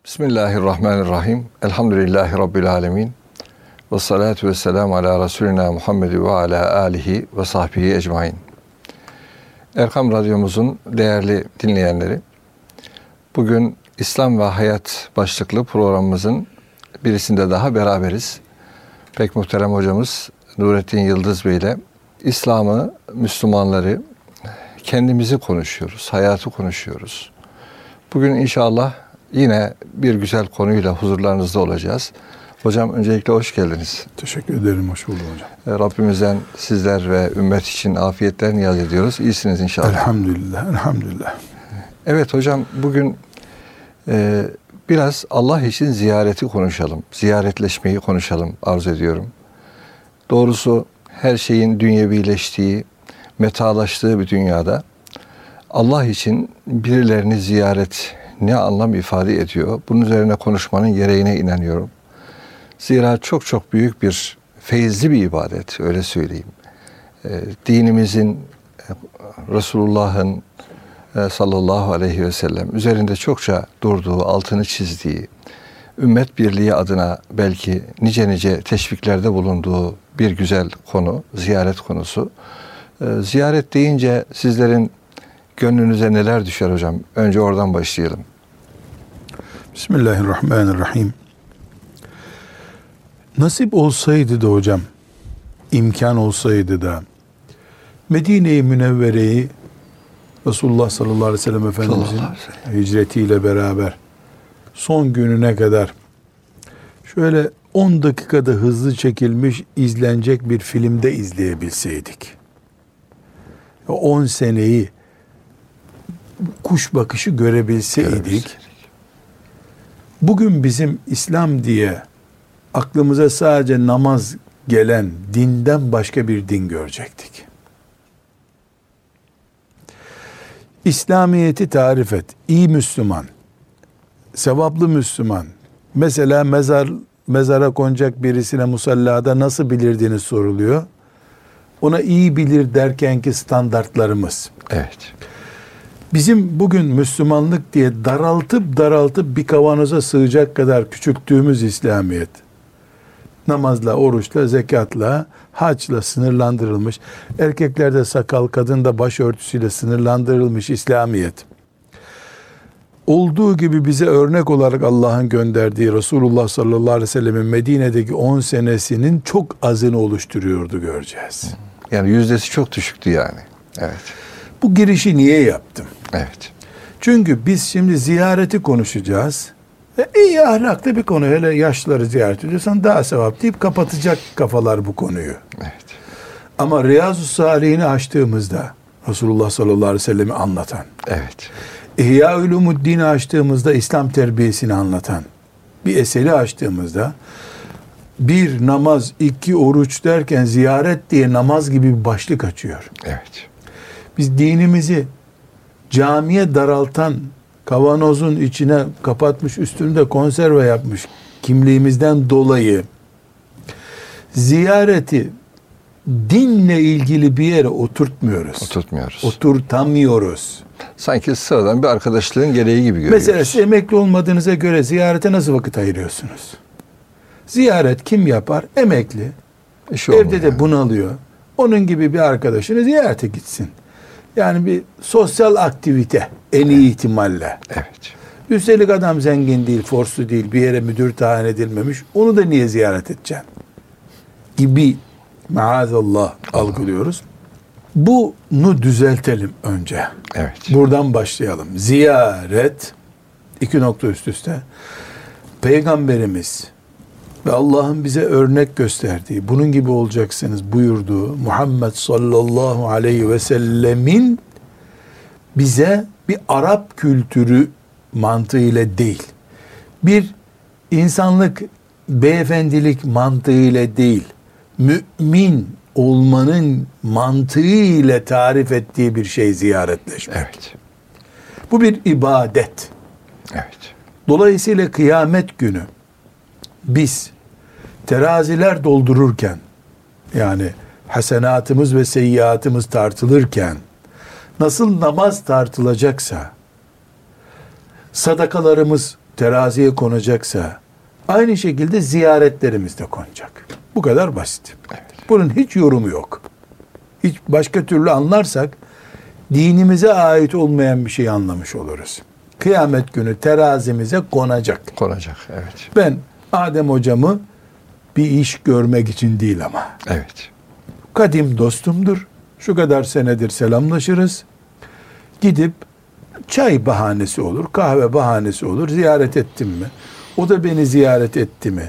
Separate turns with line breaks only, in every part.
Bismillahirrahmanirrahim. Elhamdülillahi Rabbil alemin. Ve salatu ve selamu ala Resulina Muhammed ve ala alihi ve sahbihi ecmain. Erkam Radyomuzun değerli dinleyenleri, bugün İslam ve Hayat başlıklı programımızın birisinde daha beraberiz. Pek muhterem hocamız Nurettin Yıldız Bey ile İslam'ı, Müslümanları, kendimizi konuşuyoruz, hayatı konuşuyoruz. Bugün inşallah yine bir güzel konuyla huzurlarınızda olacağız. Hocam öncelikle hoş geldiniz.
Teşekkür ederim, hoş buldum hocam.
Rabbimizden sizler ve ümmet için afiyetler niyaz ediyoruz. İyisiniz inşallah.
Elhamdülillah, elhamdülillah.
Evet hocam, bugün biraz Allah için ziyareti konuşalım. Ziyaretleşmeyi konuşalım arzu ediyorum. Doğrusu her şeyin dünyevileştiği, metalaştığı bir dünyada Allah için birilerini ziyaret ne anlam ifade ediyor? Bunun üzerine konuşmanın gereğine inanıyorum. Zira çok çok büyük bir feyizli bir ibadet, öyle söyleyeyim. Dinimizin, Resulullah'ın sallallahu aleyhi ve sellem üzerinde çokça durduğu, altını çizdiği, ümmet birliği adına belki nice teşviklerde bulunduğu bir güzel konu, ziyaret konusu. Ziyaret deyince sizlerin gönlünüze neler düşer hocam? Önce oradan başlayalım.
Bismillahirrahmanirrahim. Nasip olsaydı da hocam, imkan olsaydı da Medine-i Münevvere'yi Resulullah sallallahu aleyhi ve sellem Efendimizin hicretiyle beraber son gününe kadar şöyle 10 dakikada hızlı çekilmiş, izlenecek bir filmde izleyebilseydik. 10 seneyi kuş bakışı görebilseydik, bugün bizim İslam diye aklımıza sadece namaz gelen dinden başka bir din görecektik. İslamiyet'i tarif et. İyi Müslüman, sevaplı Müslüman. Mesela mezara konacak birisine musallada nasıl bilirdiğini soruluyor. Ona iyi bilir derkenki standartlarımız.
Evet.
Bizim bugün Müslümanlık diye daraltıp bir kavanoza sığacak kadar küçülttüğümüz İslamiyet, namazla, oruçla, zekatla, haçla sınırlandırılmış, erkeklerde sakal, kadında başörtüsüyle sınırlandırılmış İslamiyet, olduğu gibi bize örnek olarak Allah'ın gönderdiği Resulullah sallallahu aleyhi ve sellemin Medine'deki 10 senesinin çok azını oluşturuyordu, göreceğiz.
Yani yüzdesi çok düşüktü yani. Evet.
Bu girişi niye yaptım?
Evet.
Çünkü biz şimdi ziyareti konuşacağız. İyi ahlaklı bir konu. Hele yaşlıları ziyaret ediyorsan daha sevap deyip kapatacak kafalar bu konuyu.
Evet.
Ama Riyazu Salihini açtığımızda Resulullah sallallahu aleyhi ve sellem'i anlatan,
Evet.
İhya Ulumuddin'i açtığımızda İslam terbiyesini anlatan bir eseri açtığımızda, bir namaz, 2 oruç derken ziyaret diye namaz gibi bir başlık açıyor.
Evet.
Biz dinimizi camiye daraltan, kavanozun içine kapatmış, üstünde konserve yapmış kimliğimizden dolayı ziyareti dinle ilgili bir yere oturtmuyoruz. Oturtamıyoruz.
Sanki sıradan bir arkadaşlığın gereği gibi görüyoruz.
Mesela siz emekli olmadığınıza göre ziyarete nasıl vakit ayırıyorsunuz? Ziyaret kim yapar? Emekli. Evde de bunalıyor. Onun gibi bir arkadaşını ziyarete gitsin. Yani bir sosyal aktivite en iyi ihtimalle.
Evet.
Üstelik adam zengin değil, forslu değil, bir yere müdür tayin edilmemiş. Onu da niye ziyaret edeceksin? Gibi maazallah algılıyoruz. Bunu düzeltelim önce.
Evet.
Buradan başlayalım. Ziyaret, 2 nokta üst üste. Peygamberimiz ve Allah'ın bize örnek gösterdiği, bunun gibi olacaksınız buyurduğu Muhammed sallallahu aleyhi ve sellemin bize bir Arap kültürü mantığıyla değil, bir insanlık, beyefendilik mantığıyla değil, mümin olmanın mantığıyla tarif ettiği bir şey ziyaretleşmek.
Evet.
Bu bir ibadet.
Evet.
Dolayısıyla kıyamet günü biz teraziler doldururken, yani hasenatımız ve seyyiatımız tartılırken nasıl namaz tartılacaksa, sadakalarımız teraziye konacaksa aynı şekilde ziyaretlerimiz de konacak. Bu kadar basit.
Evet.
Bunun hiç yorumu yok. Hiç başka türlü anlarsak dinimize ait olmayan bir şey anlamış oluruz. Kıyamet günü terazimize konacak.
Konacak, evet.
Ben Adem hocamı bir iş görmek için değil ama.
Evet.
Kadim dostumdur. Şu kadar senedir selamlaşırız. Gidip çay bahanesi olur, kahve bahanesi olur. Ziyaret ettim mi? O da beni ziyaret etti mi?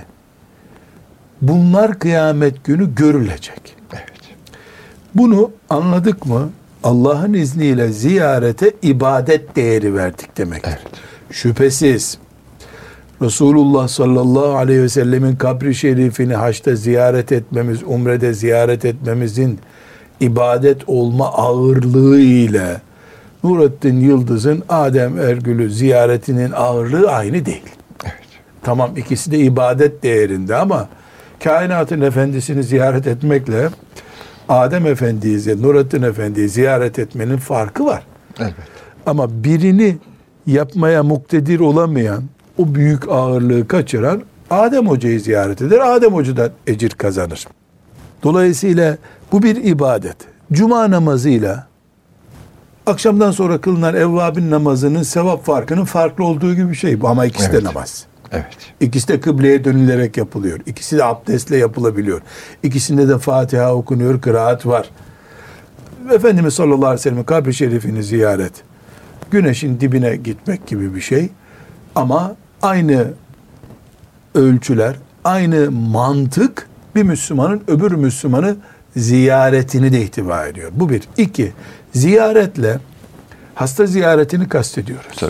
Bunlar kıyamet günü görülecek.
Evet.
Bunu anladık mı? Allah'ın izniyle ziyarete ibadet değeri verdik demektir.
Evet.
Şüphesiz Resulullah sallallahu aleyhi ve sellemin kabri şerifini haçta ziyaret etmemiz, umrede ziyaret etmemizin ibadet olma ağırlığı ile Nurettin Yıldız'ın Adem Ergül'ü ziyaretinin ağırlığı aynı değil.
Evet.
Tamam, ikisi de ibadet değerinde ama kainatın efendisini ziyaret etmekle Adem Efendi'yi, Nurettin Efendi'yi ziyaret etmenin farkı var.
Evet.
Ama birini yapmaya muktedir olamayan, o büyük ağırlığı kaçıran Adem Hoca'yı ziyaret eder. Adem Hoca'dan ecir kazanır. Dolayısıyla bu bir ibadet. Cuma namazıyla akşamdan sonra kılınan evvabin namazının sevap farkının farklı olduğu gibi bir şey bu. Ama ikisi de namaz.
Evet.
İkisi de kıbleye dönülerek yapılıyor. İkisi de abdestle yapılabiliyor. İkisinde de Fatiha okunuyor, kıraat var. Efendimiz sallallahu aleyhi ve sellem'in kabri şerifini ziyaret, güneşin dibine gitmek gibi bir şey. Ama aynı ölçüler, aynı mantık bir Müslümanın öbür Müslümanı ziyaretini de ihtiva ediyor. Bu bir. İki, ziyaretle hasta ziyaretini kastediyoruz.
Tabii.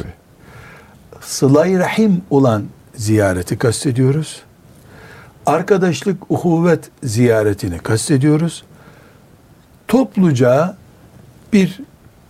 Sıla-i rahim olan ziyareti kastediyoruz. Arkadaşlık, uhuvvet ziyaretini kastediyoruz. Topluca bir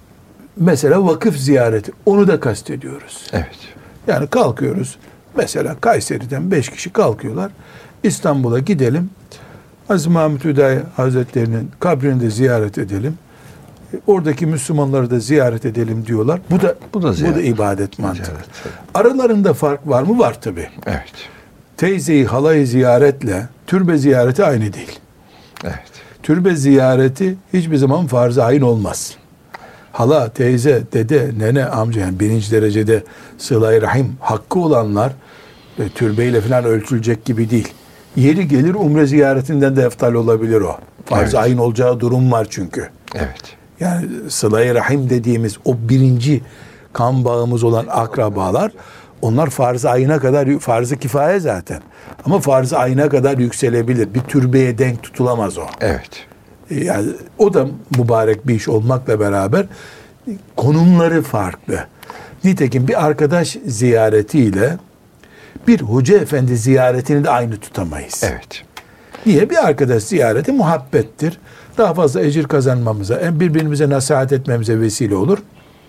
mesela vakıf ziyareti, onu da kastediyoruz.
Evet.
Yani kalkıyoruz. Mesela Kayseri'den 5 kişi kalkıyorlar. İstanbul'a gidelim. Aziz Mahmud Hüdayi Hazretleri'nin kabrini de ziyaret edelim. Oradaki Müslümanları da ziyaret edelim diyorlar. Bu da ibadet mantığı.
Ziyaret,
Aralarında fark var mı? Var tabii.
evet.
Teyzeyi, halayı ziyaretle türbe ziyareti aynı değil.
Evet.
Türbe ziyareti hiçbir zaman farz-ı ayn olmaz. Hala, teyze, dede, nene, amca, yani birinci derecede sıla-i rahim hakkı olanlar türbeyle falan ölçülecek gibi değil. Yeri gelir umre ziyaretinden de eftal olabilir o. Farz-ı ayn olacağı durum var çünkü.
Evet.
Yani sıla-i rahim dediğimiz o birinci kan bağımız olan akrabalar, onlar farz-ı ayına kadar, farz-ı kifaye zaten. Ama farz-ı ayına kadar yükselebilir. Bir türbeye denk tutulamaz o.
Evet.
Yani o da mübarek bir iş olmakla beraber konumları farklı. Nitekim bir arkadaş ziyaretiyle bir hoca efendi ziyaretini de aynı tutamayız.
Evet.
Niye? Bir arkadaş ziyareti muhabbettir. Daha fazla ecir kazanmamıza, birbirimize nasihat etmemize vesile olur.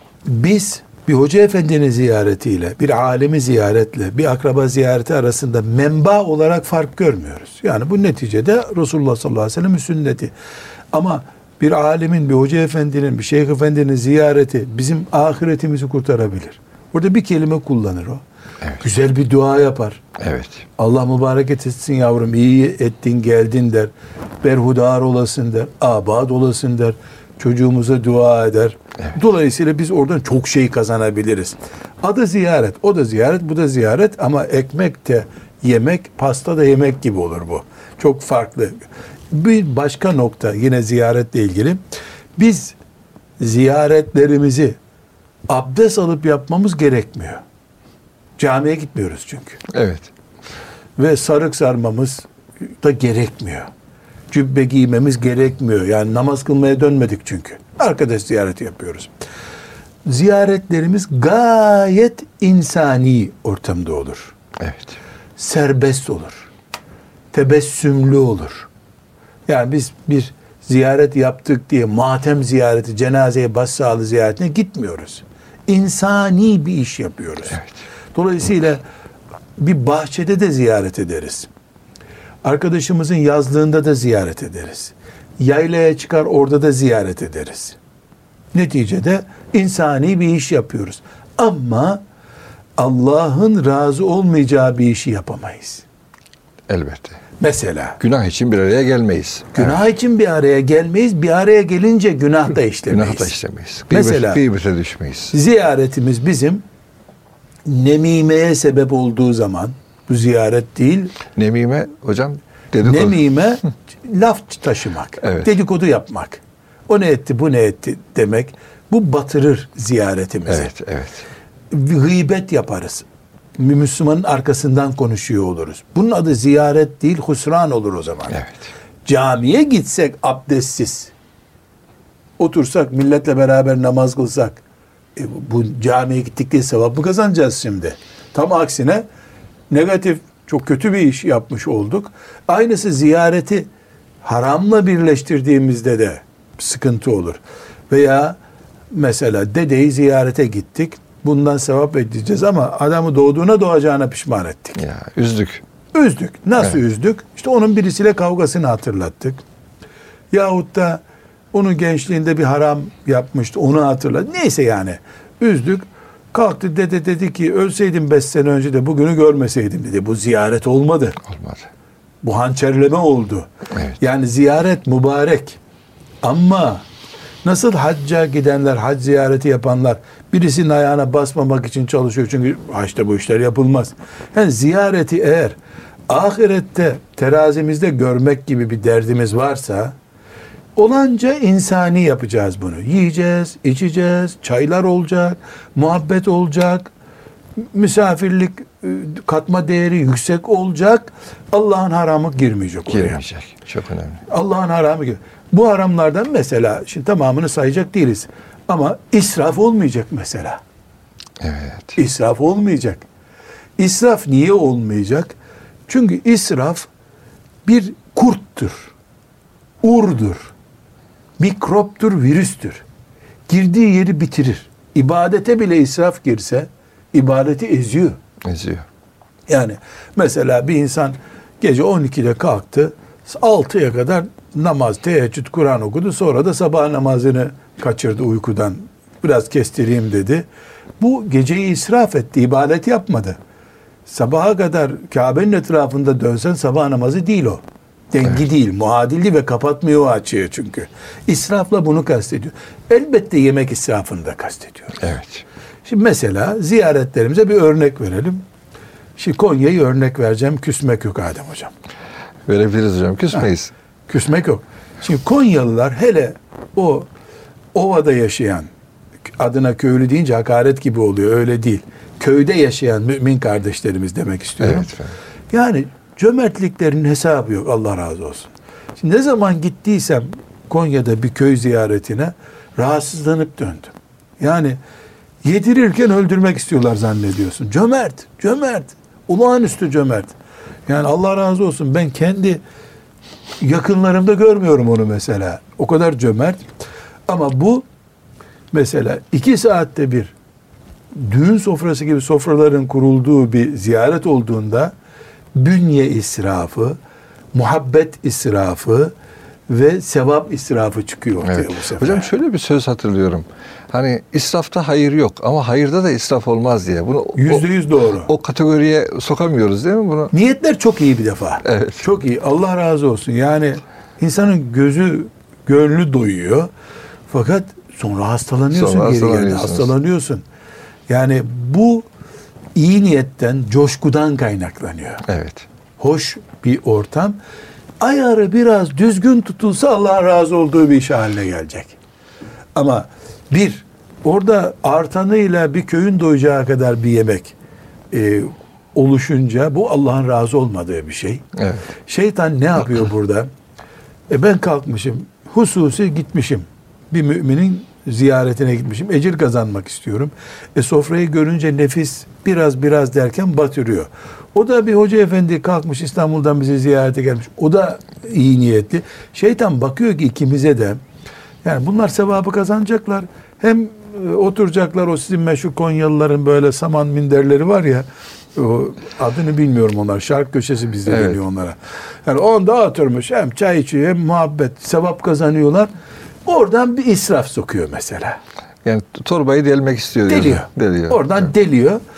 Biz bir hoca efendinin ziyaretiyle, bir alemi ziyaretle, bir akraba ziyareti arasında menba olarak fark görmüyoruz. Yani bu neticede Resulullah sallallahu aleyhi ve sellem'in sünneti. Ama bir alemin, bir hoca efendinin, bir şeyh efendinin ziyareti bizim ahiretimizi kurtarabilir. Orada bir kelime kullanır o.
Evet.
Güzel bir dua yapar.
Evet.
Allah mübarek etsin yavrum, iyi ettin geldin der. Berhudar olasın der. Abad olasın der. Çocuğumuza dua eder.
Evet.
Dolayısıyla biz oradan çok şey kazanabiliriz. Adı ziyaret, o da ziyaret, bu da ziyaret ama ekmek de yemek, pasta da yemek gibi olur bu. Çok farklı. Bir başka nokta yine ziyaretle ilgili. Biz ziyaretlerimizi abdest alıp yapmamız gerekmiyor. Camiye gitmiyoruz çünkü.
Evet.
Ve sarık sarmamız da gerekmiyor. Cübbe giymemiz gerekmiyor. Yani namaz kılmaya dönmedik çünkü. Arkadaş ziyareti yapıyoruz. Ziyaretlerimiz gayet insani ortamda olur.
Evet.
Serbest olur. Tebessümlü olur. Yani biz bir ziyaret yaptık diye matem ziyareti, cenazeye başsağlığı ziyaretine gitmiyoruz. İnsani bir iş yapıyoruz.
Evet.
Dolayısıyla bir bahçede de ziyaret ederiz. Arkadaşımızın yazlığında da ziyaret ederiz. Yaylaya çıkar orada da ziyaret ederiz. Neticede insani bir iş yapıyoruz. Ama Allah'ın razı olmayacağı bir işi yapamayız.
Elbette.
Mesela.
Günah için bir araya gelmeyiz.
Günah için bir araya gelmeyiz. Bir araya gelince günah da işlemeyiz.
Günah da işlemeyiz.
Mesela.
Gıybete düşmeyiz.
Ziyaretimiz bizim nemimeye sebep olduğu zaman, bu ziyaret değil.
Nemime hocam dedikodu.
Nemime laf taşımak,
evet.
dedikodu yapmak. O ne etti, bu ne etti demek. Bu batırır ziyaretimizi.
Evet, evet.
Gıybet yaparız. Müslümanın arkasından konuşuyor oluruz. Bunun adı ziyaret değil, husran olur o zaman.
Evet.
Camiye gitsek abdestsiz, otursak milletle beraber namaz kılsak, bu camiye gittik diye sevap mı kazanacağız şimdi? Tam aksine negatif, çok kötü bir iş yapmış olduk. Aynısı ziyareti haramla birleştirdiğimizde de sıkıntı olur. Veya mesela dedeyi ziyarete gittik. Bundan sevap edeceğiz ama adamı doğduğuna doğacağına pişman ettik.
Ya üzdük.
Üzdük. Nasıl
evet.
üzdük? İşte onun birisiyle kavgasını hatırlattık. Yahut da onun gençliğinde bir haram yapmıştı. Onu hatırladık. Neyse yani. Üzdük. Kalktı dede dedi ki ölseydim 5 sene önce de bugünü görmeseydim dedi. Bu ziyaret olmadı.
Olmadı.
Bu hançerleme oldu.
Evet.
Yani ziyaret mübarek. Ama nasıl hacca gidenler, hac ziyareti yapanlar birisinin ayağına basmamak için çalışıyor. Çünkü haçta bu işler yapılmaz. Yani ziyareti eğer ahirette terazimizde görmek gibi bir derdimiz varsa olanca insani yapacağız bunu. Yiyeceğiz, içeceğiz, çaylar olacak, muhabbet olacak, misafirlik katma değeri yüksek olacak. Allah'ın haramı girmeyecek oraya.
Girmeyecek. Çok önemli.
Allah'ın haramı gibi. Bu haramlardan mesela, şimdi tamamını sayacak değiliz. Ama israf olmayacak mesela.
Evet.
İsraf olmayacak. İsraf niye olmayacak? Çünkü israf bir kurttur. Urdur. Mikroptur, virüstür. Girdiği yeri bitirir. İbadete bile israf girse, ibadeti eziyor.
Eziyor.
Yani mesela bir insan gece 12'de kalktı, 6'ya kadar namaz, teheccüd, Kur'an okudu. Sonra da sabah namazını kaçırdı uykudan. Biraz kestireyim dedi. Bu geceyi israf etti, ibadet yapmadı. Sabaha kadar Kabe'nin etrafında dönsen sabah namazı değil o. Dengi evet. değil, muadilli ve kapatmıyor o açığı çünkü. İsrafla bunu kastediyor. Elbette yemek israfını da kastediyor.
Evet.
Şimdi mesela ziyaretlerimize bir örnek verelim. Şimdi Konya'yı örnek vereceğim. Küsmek yok Adem hocam.
Verebiliriz hocam. Küsmeyiz.
Küsmek yok. Şimdi Konyalılar hele o ovada yaşayan, adına köylü deyince hakaret gibi oluyor. Öyle değil. Köyde yaşayan mümin kardeşlerimiz demek istiyorum.
Evet efendim.
Yani cömertliklerinin hesabı yok. Allah razı olsun. Şimdi ne zaman gittiysem Konya'da bir köy ziyaretine rahatsızlanıp döndüm. Yani yedirirken öldürmek istiyorlar zannediyorsun. Cömert, cömert. Olağanüstü cömert. Yani Allah razı olsun, ben kendi yakınlarımda görmüyorum onu mesela. O kadar cömert. Ama bu mesela 2 saatte bir düğün sofrası gibi sofraların kurulduğu bir ziyaret olduğunda bünye israfı, muhabbet israfı ve sevap israfı çıkıyor ortaya
evet.
bu sefer.
Hocam şöyle bir söz hatırlıyorum. Hani israfta hayır yok ama hayırda da israf olmaz diye. Bunu
%100 doğru.
O kategoriye sokamıyoruz değil mi bunu?
Niyetler çok iyi bir defa.
Evet.
Çok iyi. Allah razı olsun. Yani insanın gözü, gönlü doyuyor. Fakat sonra hastalanıyorsun geri geldi. Hastalanıyorsun. Yani bu iyi niyetten, coşkudan kaynaklanıyor.
Evet.
Hoş bir ortam. Ayarı biraz düzgün tutulsa Allah razı olduğu bir iş haline gelecek. Ama orada artanıyla bir köyün doyacağı kadar bir yemek oluşunca bu Allah'ın razı olmadığı bir şey.
Evet.
Şeytan ne yapıyor burada? Ben kalkmışım, hususi gitmişim. Bir müminin ziyaretine gitmişim. Ecir kazanmak istiyorum. Sofrayı görünce nefis biraz derken batırıyor. O da bir hoca efendi kalkmış, İstanbul'dan bizi ziyarete gelmiş. O da iyi niyetli. Şeytan bakıyor ki ikimize de, yani bunlar sevabı kazanacaklar. Hem oturacaklar, o sizin meşhur Konyalıların böyle saman minderleri var ya, o adını bilmiyorum onlar. Şark köşesi bizde evet. deniyor onlara. Yani onda oturmuş, hem çay içiyor hem muhabbet, sevap kazanıyorlar. Oradan bir israf sokuyor mesela.
Yani torbayı delmek istiyor.
Deliyor. Oradan evet. deliyor.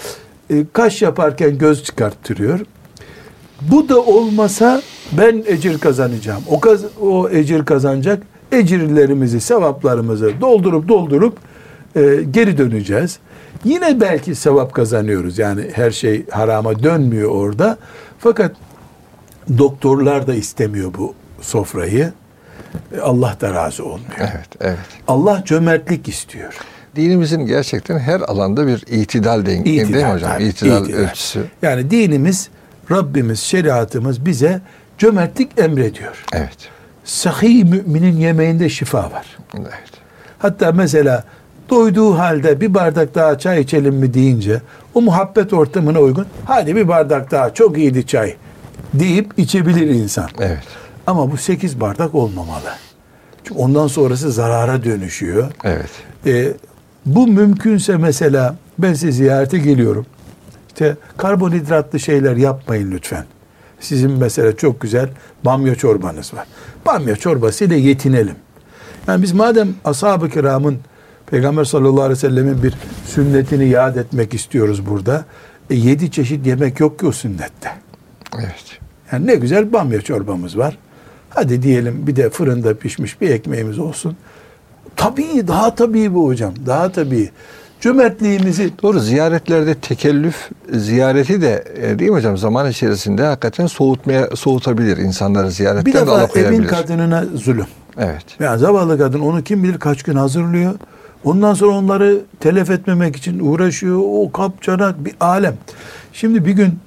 kaş yaparken göz çıkarttırıyor. Bu da olmasa ben ecir kazanacağım. O ecir kazanacak. Ecirlerimizi, sevaplarımızı doldurup geri döneceğiz. Yine belki sevap kazanıyoruz. Yani her şey harama dönmüyor orada. Fakat doktorlar da istemiyor bu sofrayı. Allah da razı olmuyor.
Evet, evet.
Allah cömertlik istiyor.
Dinimizin gerçekten her alanda bir itidal değil mi hocam? İtidal ölçüsü.
Yani dinimiz, Rabbimiz, şeriatımız bize cömertlik emrediyor.
Evet.
Sahih müminin yemeğinde şifa var.
Evet.
Hatta mesela doyduğu halde bir bardak daha çay içelim mi deyince o muhabbet ortamına uygun hadi bir bardak daha çok iyiydi çay deyip içebilir insan.
Evet.
Ama bu 8 bardak olmamalı. Çünkü ondan sonrası zarara dönüşüyor.
Evet.
Bu mümkünse mesela ben size ziyarete geliyorum. İşte karbonhidratlı şeyler yapmayın lütfen. Sizin mesela çok güzel bamya çorbanız var. Bamya çorbasıyla yetinelim. Yani biz madem ashab-ı kiramın Peygamber sallallahu aleyhi ve sellemin bir sünnetini yad etmek istiyoruz burada. 7 çeşit yemek yok ki o sünnette.
Evet.
Yani ne güzel bamya çorbamız var. Hadi diyelim bir de fırında pişmiş bir ekmeğimiz olsun. Tabii, daha tabii bu hocam. Daha tabii. Cömertliğimizi...
Doğru, ziyaretlerde tekellüf ziyareti de değil mi hocam zaman içerisinde hakikaten soğutabilir insanları, ziyaretten
bir defa
alıkoyabilir.
evin kadınına zulüm.
Evet.
Yani zavallı kadın onu kim bilir kaç gün hazırlıyor. Ondan sonra onları telef etmemek için uğraşıyor. O kapçanak bir alem. Şimdi bir gün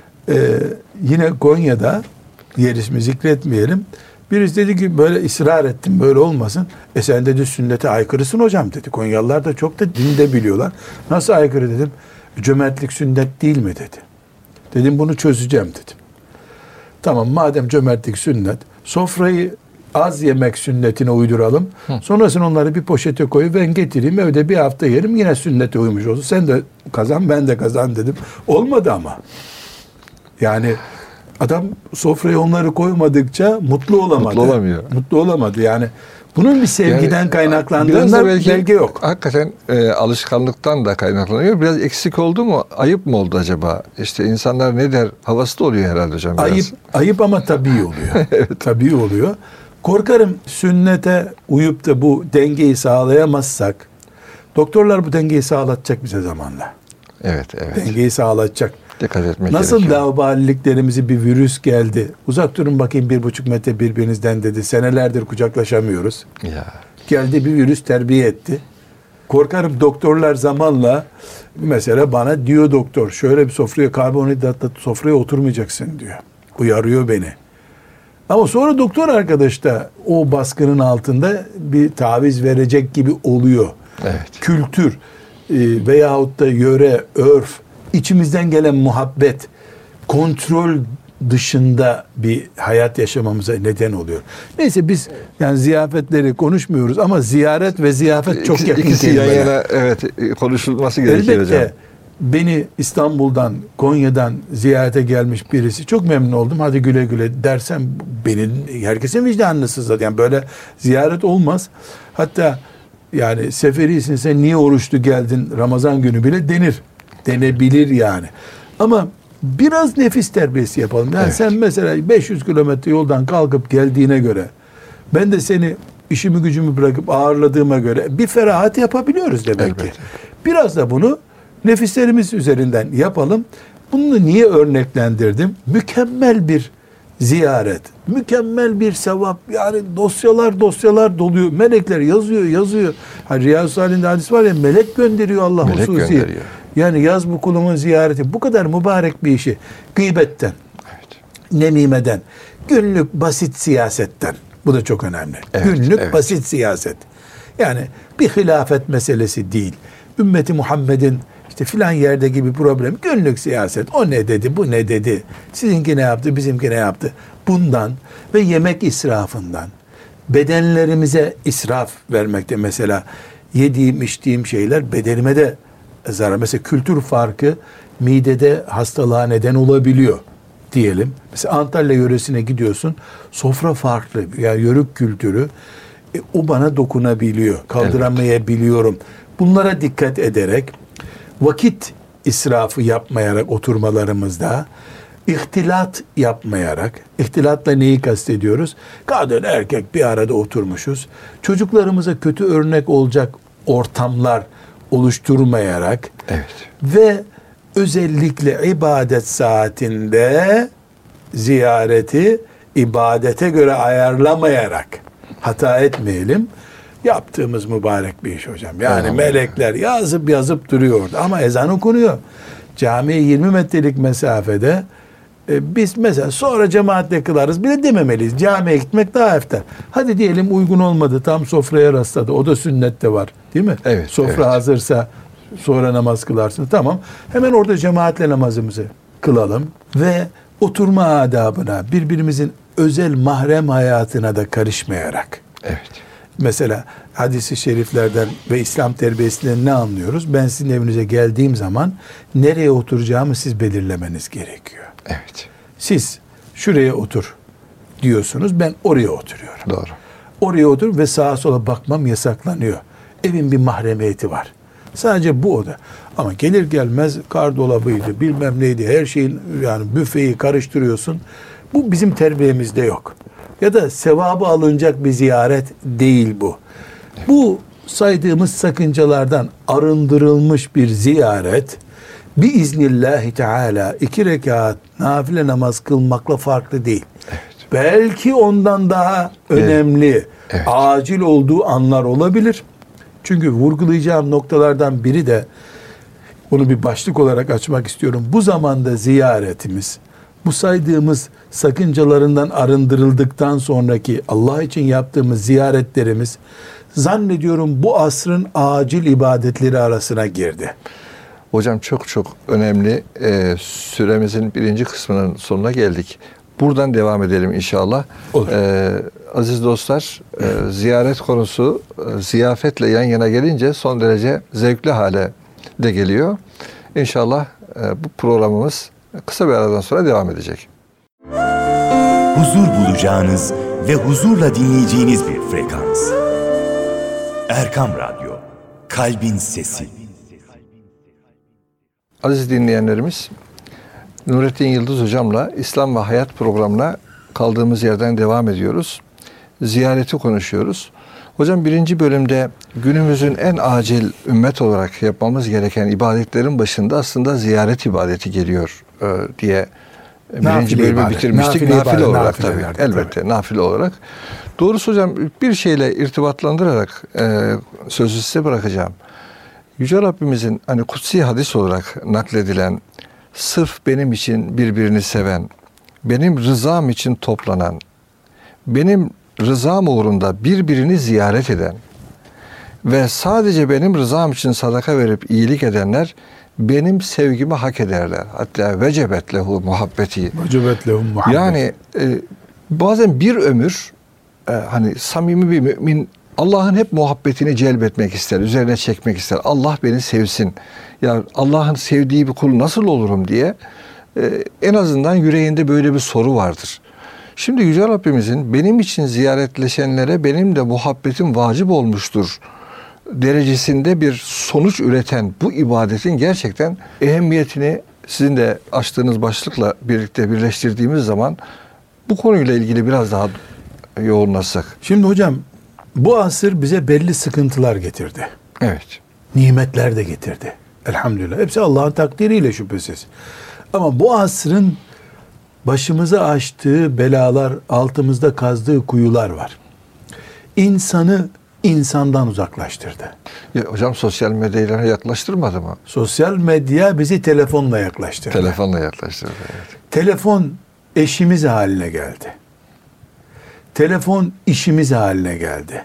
yine Konya'da, yer ismi zikretmeyelim. Birisi dedi ki böyle ısrar ettim, böyle olmasın. Sen dedi sünnete aykırısın hocam dedi. Konyalılar da çok da dinde biliyorlar. Nasıl aykırı dedim. Cömertlik sünnet değil mi dedi. Dedim bunu çözeceğim dedim. Tamam, madem cömertlik sünnet, sofrayı az yemek sünnetine uyduralım. Sonrasında onları bir poşete koyup ben getireyim, evde bir hafta yerim, yine sünnete uymuş olsun. Sen de kazan, ben de kazan dedim. Olmadı ama. Yani adam sofraya onları koymadıkça mutlu olamadı.
Mutlu olamıyor.
Mutlu olamadı. Yani bunun bir sevgiden yani, kaynaklandığından belki yok.
Hakikaten alışkanlıktan da kaynaklanıyor. Biraz eksik oldu mu? Ayıp mı oldu acaba? İşte insanlar ne der? Havası da oluyor herhalde hocam. Biraz.
Ayıp ama tabii oluyor. Evet. Tabii oluyor. Korkarım sünnete uyup da bu dengeyi sağlayamazsak, doktorlar bu dengeyi sağlatacak bize zamanla.
Evet, evet.
Dengeyi sağlatacak.
Dikkat etmek
nasıl
gerekiyor.
laubaliliklerimizi bir virüs geldi. Uzak durun bakayım 1,5 metre birbirinizden dedi. Senelerdir kucaklaşamıyoruz.
Ya.
Geldi bir virüs terbiye etti. Korkarım doktorlar zamanla mesela bana diyor doktor şöyle bir sofraya karbonhidratlı sofraya oturmayacaksın diyor. Uyarıyor beni. Ama sonra doktor arkadaş da o baskının altında bir taviz verecek gibi oluyor.
Evet.
Kültür veyahut da yöre, örf, içimizden gelen muhabbet, kontrol dışında bir hayat yaşamamıza neden oluyor. Neyse biz yani ziyafetleri konuşmuyoruz ama ziyaret ve ziyafet çok yakın kelimeler.
İkisi yan yana evet konuşulması gerekiyor
elbette
hocam.
Beni İstanbul'dan, Konya'dan ziyarete gelmiş birisi çok memnun oldum. Hadi güle güle dersem herkesin vicdanını sızladı. Yani böyle ziyaret olmaz. Hatta yani seferisin sen niye oruçlu geldin Ramazan günü bile denir. Denebilir yani. Ama biraz nefis terbiyesi yapalım. Yani evet. Sen mesela 500 kilometre yoldan kalkıp geldiğine göre ben de seni işimi gücümü bırakıp ağırladığıma göre bir ferahat yapabiliyoruz demek ki. Biraz da bunu nefislerimiz üzerinden yapalım. Bunu niye örneklendirdim? Mükemmel bir ziyaret, mükemmel bir sevap. Yani dosyalar doluyor. Melekler yazıyor. Hani Riyazu Salih'in hadis var ya, melek gönderiyor Allah hususi. Yani yaz bu kulumun ziyareti. Bu kadar mübarek bir işi gıybetten, nemimeden, günlük basit siyasetten. Bu da çok önemli. Günlük basit siyaset. Yani bir hilafet meselesi değil. Ümmeti Muhammed'in işte filan yerde gibi problem. Günlük siyaset. O ne dedi, bu ne dedi. Sizinki ne yaptı, bizimki ne yaptı. Bundan ve yemek israfından, bedenlerimize israf vermekte mesela yediğim, içtiğim şeyler bedenime de zarar. Mesela kültür farkı midede hastalığa neden olabiliyor diyelim. Mesela Antalya yöresine gidiyorsun. Sofra farklı. Yani yörük kültürü o bana dokunabiliyor. Kaldıramayabiliyorum. Bunlara dikkat ederek vakit israfı yapmayarak oturmalarımızda, ihtilat yapmayarak, ihtilatla neyi kastediyoruz? Kadın erkek bir arada oturmuşuz. Çocuklarımıza kötü örnek olacak ortamlar oluşturmayarak,
evet,
ve özellikle ibadet saatinde ziyareti ibadete göre ayarlamayarak hata etmeyelim. Yaptığımız mübarek bir iş hocam. Yani melekler yazıp duruyor ama ezan okunuyor. Camiye 20 metrelik mesafede biz mesela sonra cemaatle kılarız bile dememeliyiz. Camiye gitmek daha eftal. Hadi diyelim uygun olmadı, tam sofraya rastladı. O da sünnette var, değil mi?
Evet.
Sofra
evet.
hazırsa sonra namaz kılarsın. Tamam. Hemen orada cemaatle namazımızı kılalım ve oturma adabına, birbirimizin özel mahrem hayatına da karışmayarak.
Evet.
Mesela hadis-i şeriflerden ve İslam terbiyesinden ne anlıyoruz? Ben sizin evinize geldiğim zaman nereye oturacağımı siz belirlemeniz gerekiyor.
Evet.
Siz şuraya otur diyorsunuz, ben oraya oturuyorum.
Doğru.
Oraya otur ve sağa sola bakmam yasaklanıyor. Evin bir mahremiyeti var. Sadece bu oda. Ama gelir gelmez gardolabıydı, bilmem neydi, her şeyin yani büfeyi karıştırıyorsun. Bu bizim terbiyemizde yok. Ya da sevabı alınacak bir ziyaret değil bu. Bu saydığımız sakıncalardan arındırılmış bir ziyaret biiznillahü teala 2 rekat nafile namaz kılmakla farklı değil.
Evet.
Belki ondan daha önemli,
evet,
acil olduğu anlar olabilir. Çünkü vurgulayacağım noktalardan biri de, bunu bir başlık olarak açmak istiyorum. Bu zamanda ziyaretimiz, bu saydığımız sakıncalarından arındırıldıktan sonraki Allah için yaptığımız ziyaretlerimiz, zannediyorum bu asrın acil ibadetleri arasına girdi.
Hocam çok önemli. Süremizin 1. kısmının sonuna geldik. Buradan devam edelim inşallah. Aziz dostlar, ziyaret konusu ziyafetle yan yana gelince son derece zevkli hale de geliyor. İnşallah bu programımız kısa bir aradan sonra devam edecek.
Huzur bulacağınız ve huzurla dinleyeceğiniz bir frekans. Erkam Radyo, Kalbin Sesi.
Aziz dinleyenlerimiz, Nurettin Yıldız Hocam'la İslam ve Hayat programına kaldığımız yerden devam ediyoruz. Ziyareti konuşuyoruz. Hocam 1. bölümde günümüzün en acil ümmet olarak yapmamız gereken ibadetlerin başında aslında ziyaret ibadeti geliyor diye birinci bölümü bitirmiştik. Nafile olarak tabii. Elbette nafile olarak. Doğrusu hocam bir şeyle irtibatlandırarak sözü size bırakacağım. Yüce Rabbimizin hani kutsi hadis olarak nakledilen, sırf benim için birbirini seven, benim rızam için toplanan, benim rızam uğrunda birbirini ziyaret eden ve sadece benim rızam için sadaka verip iyilik edenler benim sevgimi hak ederler. Hatta vecebet lehu muhabbeti.
Vecebet lehu muhabbeti.
Yani bazen bir ömür hani samimi bir mümin Allah'ın hep muhabbetini celbetmek ister, üzerine çekmek ister. Allah beni sevsin. Ya Allah'ın sevdiği bir kul nasıl olurum diye en azından yüreğinde böyle bir soru vardır. Şimdi Yüce Rabbimizin benim için ziyaretleşenlere benim de muhabbetim vacip olmuştur derecesinde bir sonuç üreten bu ibadetin gerçekten ehemmiyetini sizin de açtığınız başlıkla birlikte birleştirdiğimiz zaman bu konuyla ilgili biraz daha yoğunlaşsak.
Şimdi hocam bu asır bize belli sıkıntılar getirdi.
Evet.
Nimetler de getirdi. Elhamdülillah. Hepsi Allah'ın takdiriyle şüphesiz. Ama bu asrın başımıza açtığı belalar, altımızda kazdığı kuyular var. İnsanı insandan uzaklaştırdı.
Ya hocam sosyal medyaya yaklaştırmadı mı?
Sosyal medya bizi telefonla yaklaştırdı.
Telefonla yaklaştırdı. Evet.
Telefon eşimiz haline geldi. Telefon işimiz haline geldi.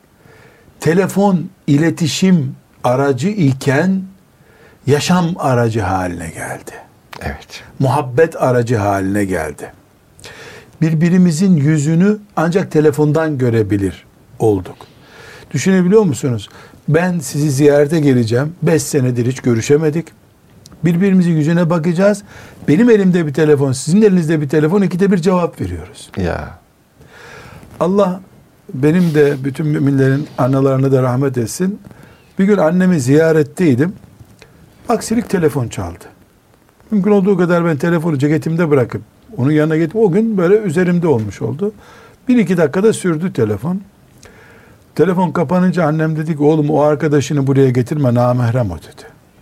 Telefon iletişim aracı iken yaşam aracı haline geldi.
Evet.
Muhabbet aracı haline geldi. Birbirimizin yüzünü ancak telefondan görebilir olduk. Düşünebiliyor musunuz? Ben sizi ziyarete geleceğim. 5 senedir hiç görüşemedik. Birbirimizin yüzüne bakacağız. Benim elimde bir telefon, sizin elinizde bir telefon, ikide bir cevap veriyoruz.
Ya.
Allah benim de bütün müminlerin analarına da rahmet etsin. Bir gün annemi ziyaretteydim. Aksilik telefon çaldı. Mümkün olduğu kadar ben telefonu ceketimde bırakıp onun yanına gidip o gün böyle üzerimde olmuş oldu. 1-2 dakikada sürdü telefon. Telefon kapanınca annem dedi ki oğlum o arkadaşını buraya getirme, namahrem o dedi.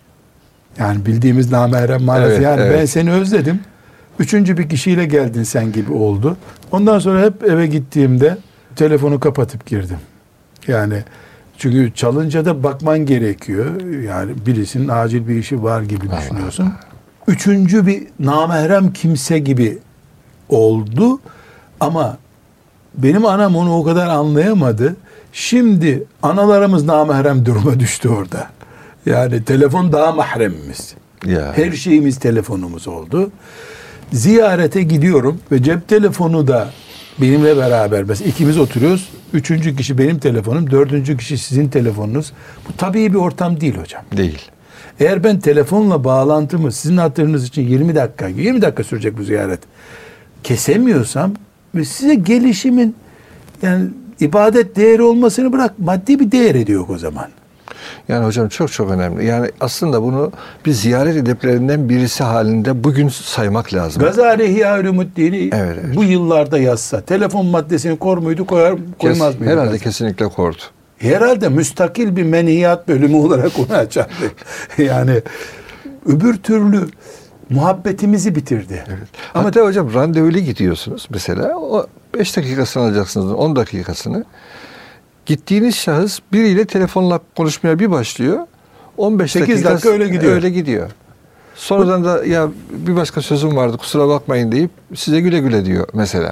Yani bildiğimiz namahrem manası.
Evet,
yani
evet.
ben seni özledim. 3. bir kişiyle geldin sen gibi oldu. Ondan sonra hep eve gittiğimde telefonu kapatıp girdim. Yani çünkü çalınca da bakman gerekiyor. Yani birisinin acil bir işi var gibi düşünüyorsun. 3. bir namahrem kimse gibi oldu. Ama benim anam onu o kadar anlayamadı. Şimdi analarımız namahrem duruma düştü orada. Yani telefon daha mahremimiz.
Ya.
Her şeyimiz telefonumuz oldu. Ziyarete gidiyorum ve cep telefonu da benimle beraber. Mesela ikimiz oturuyoruz. 3. kişi benim telefonum, 4. kişi sizin telefonunuz. Bu tabii bir ortam değil hocam.
Değil.
Eğer ben telefonla bağlantımı sizin hatırınız için 20 dakika sürecek bu ziyaret kesemiyorsam ve size gelişimin yani ibadet değeri olmasını bırak, maddi bir değeri de yok o zaman.
Yani hocam çok önemli. Yani aslında bunu bir ziyaret edeplerinden birisi halinde bugün saymak lazım.
Gazali İhya Ulumuddin'i
Evet.
bu yıllarda yazsa telefon maddesini kor muydu, koymaz mıydı?
Herhalde kesinlikle kordu.
Herhalde müstakil bir menhiyat bölümü olarak onu açardı. Yani öbür türlü muhabbetimizi bitirdi.
Evet. Hatta hocam randevulu gidiyorsunuz mesela. O 5 dakikasını alacaksınız, 10 dakikasını. Gittiğiniz şahıs biriyle telefonla konuşmaya bir başlıyor. 15
8 dakika öyle gidiyor.
Sonradan da ya bir başka sözüm vardı kusura bakmayın deyip size güle güle diyor mesela.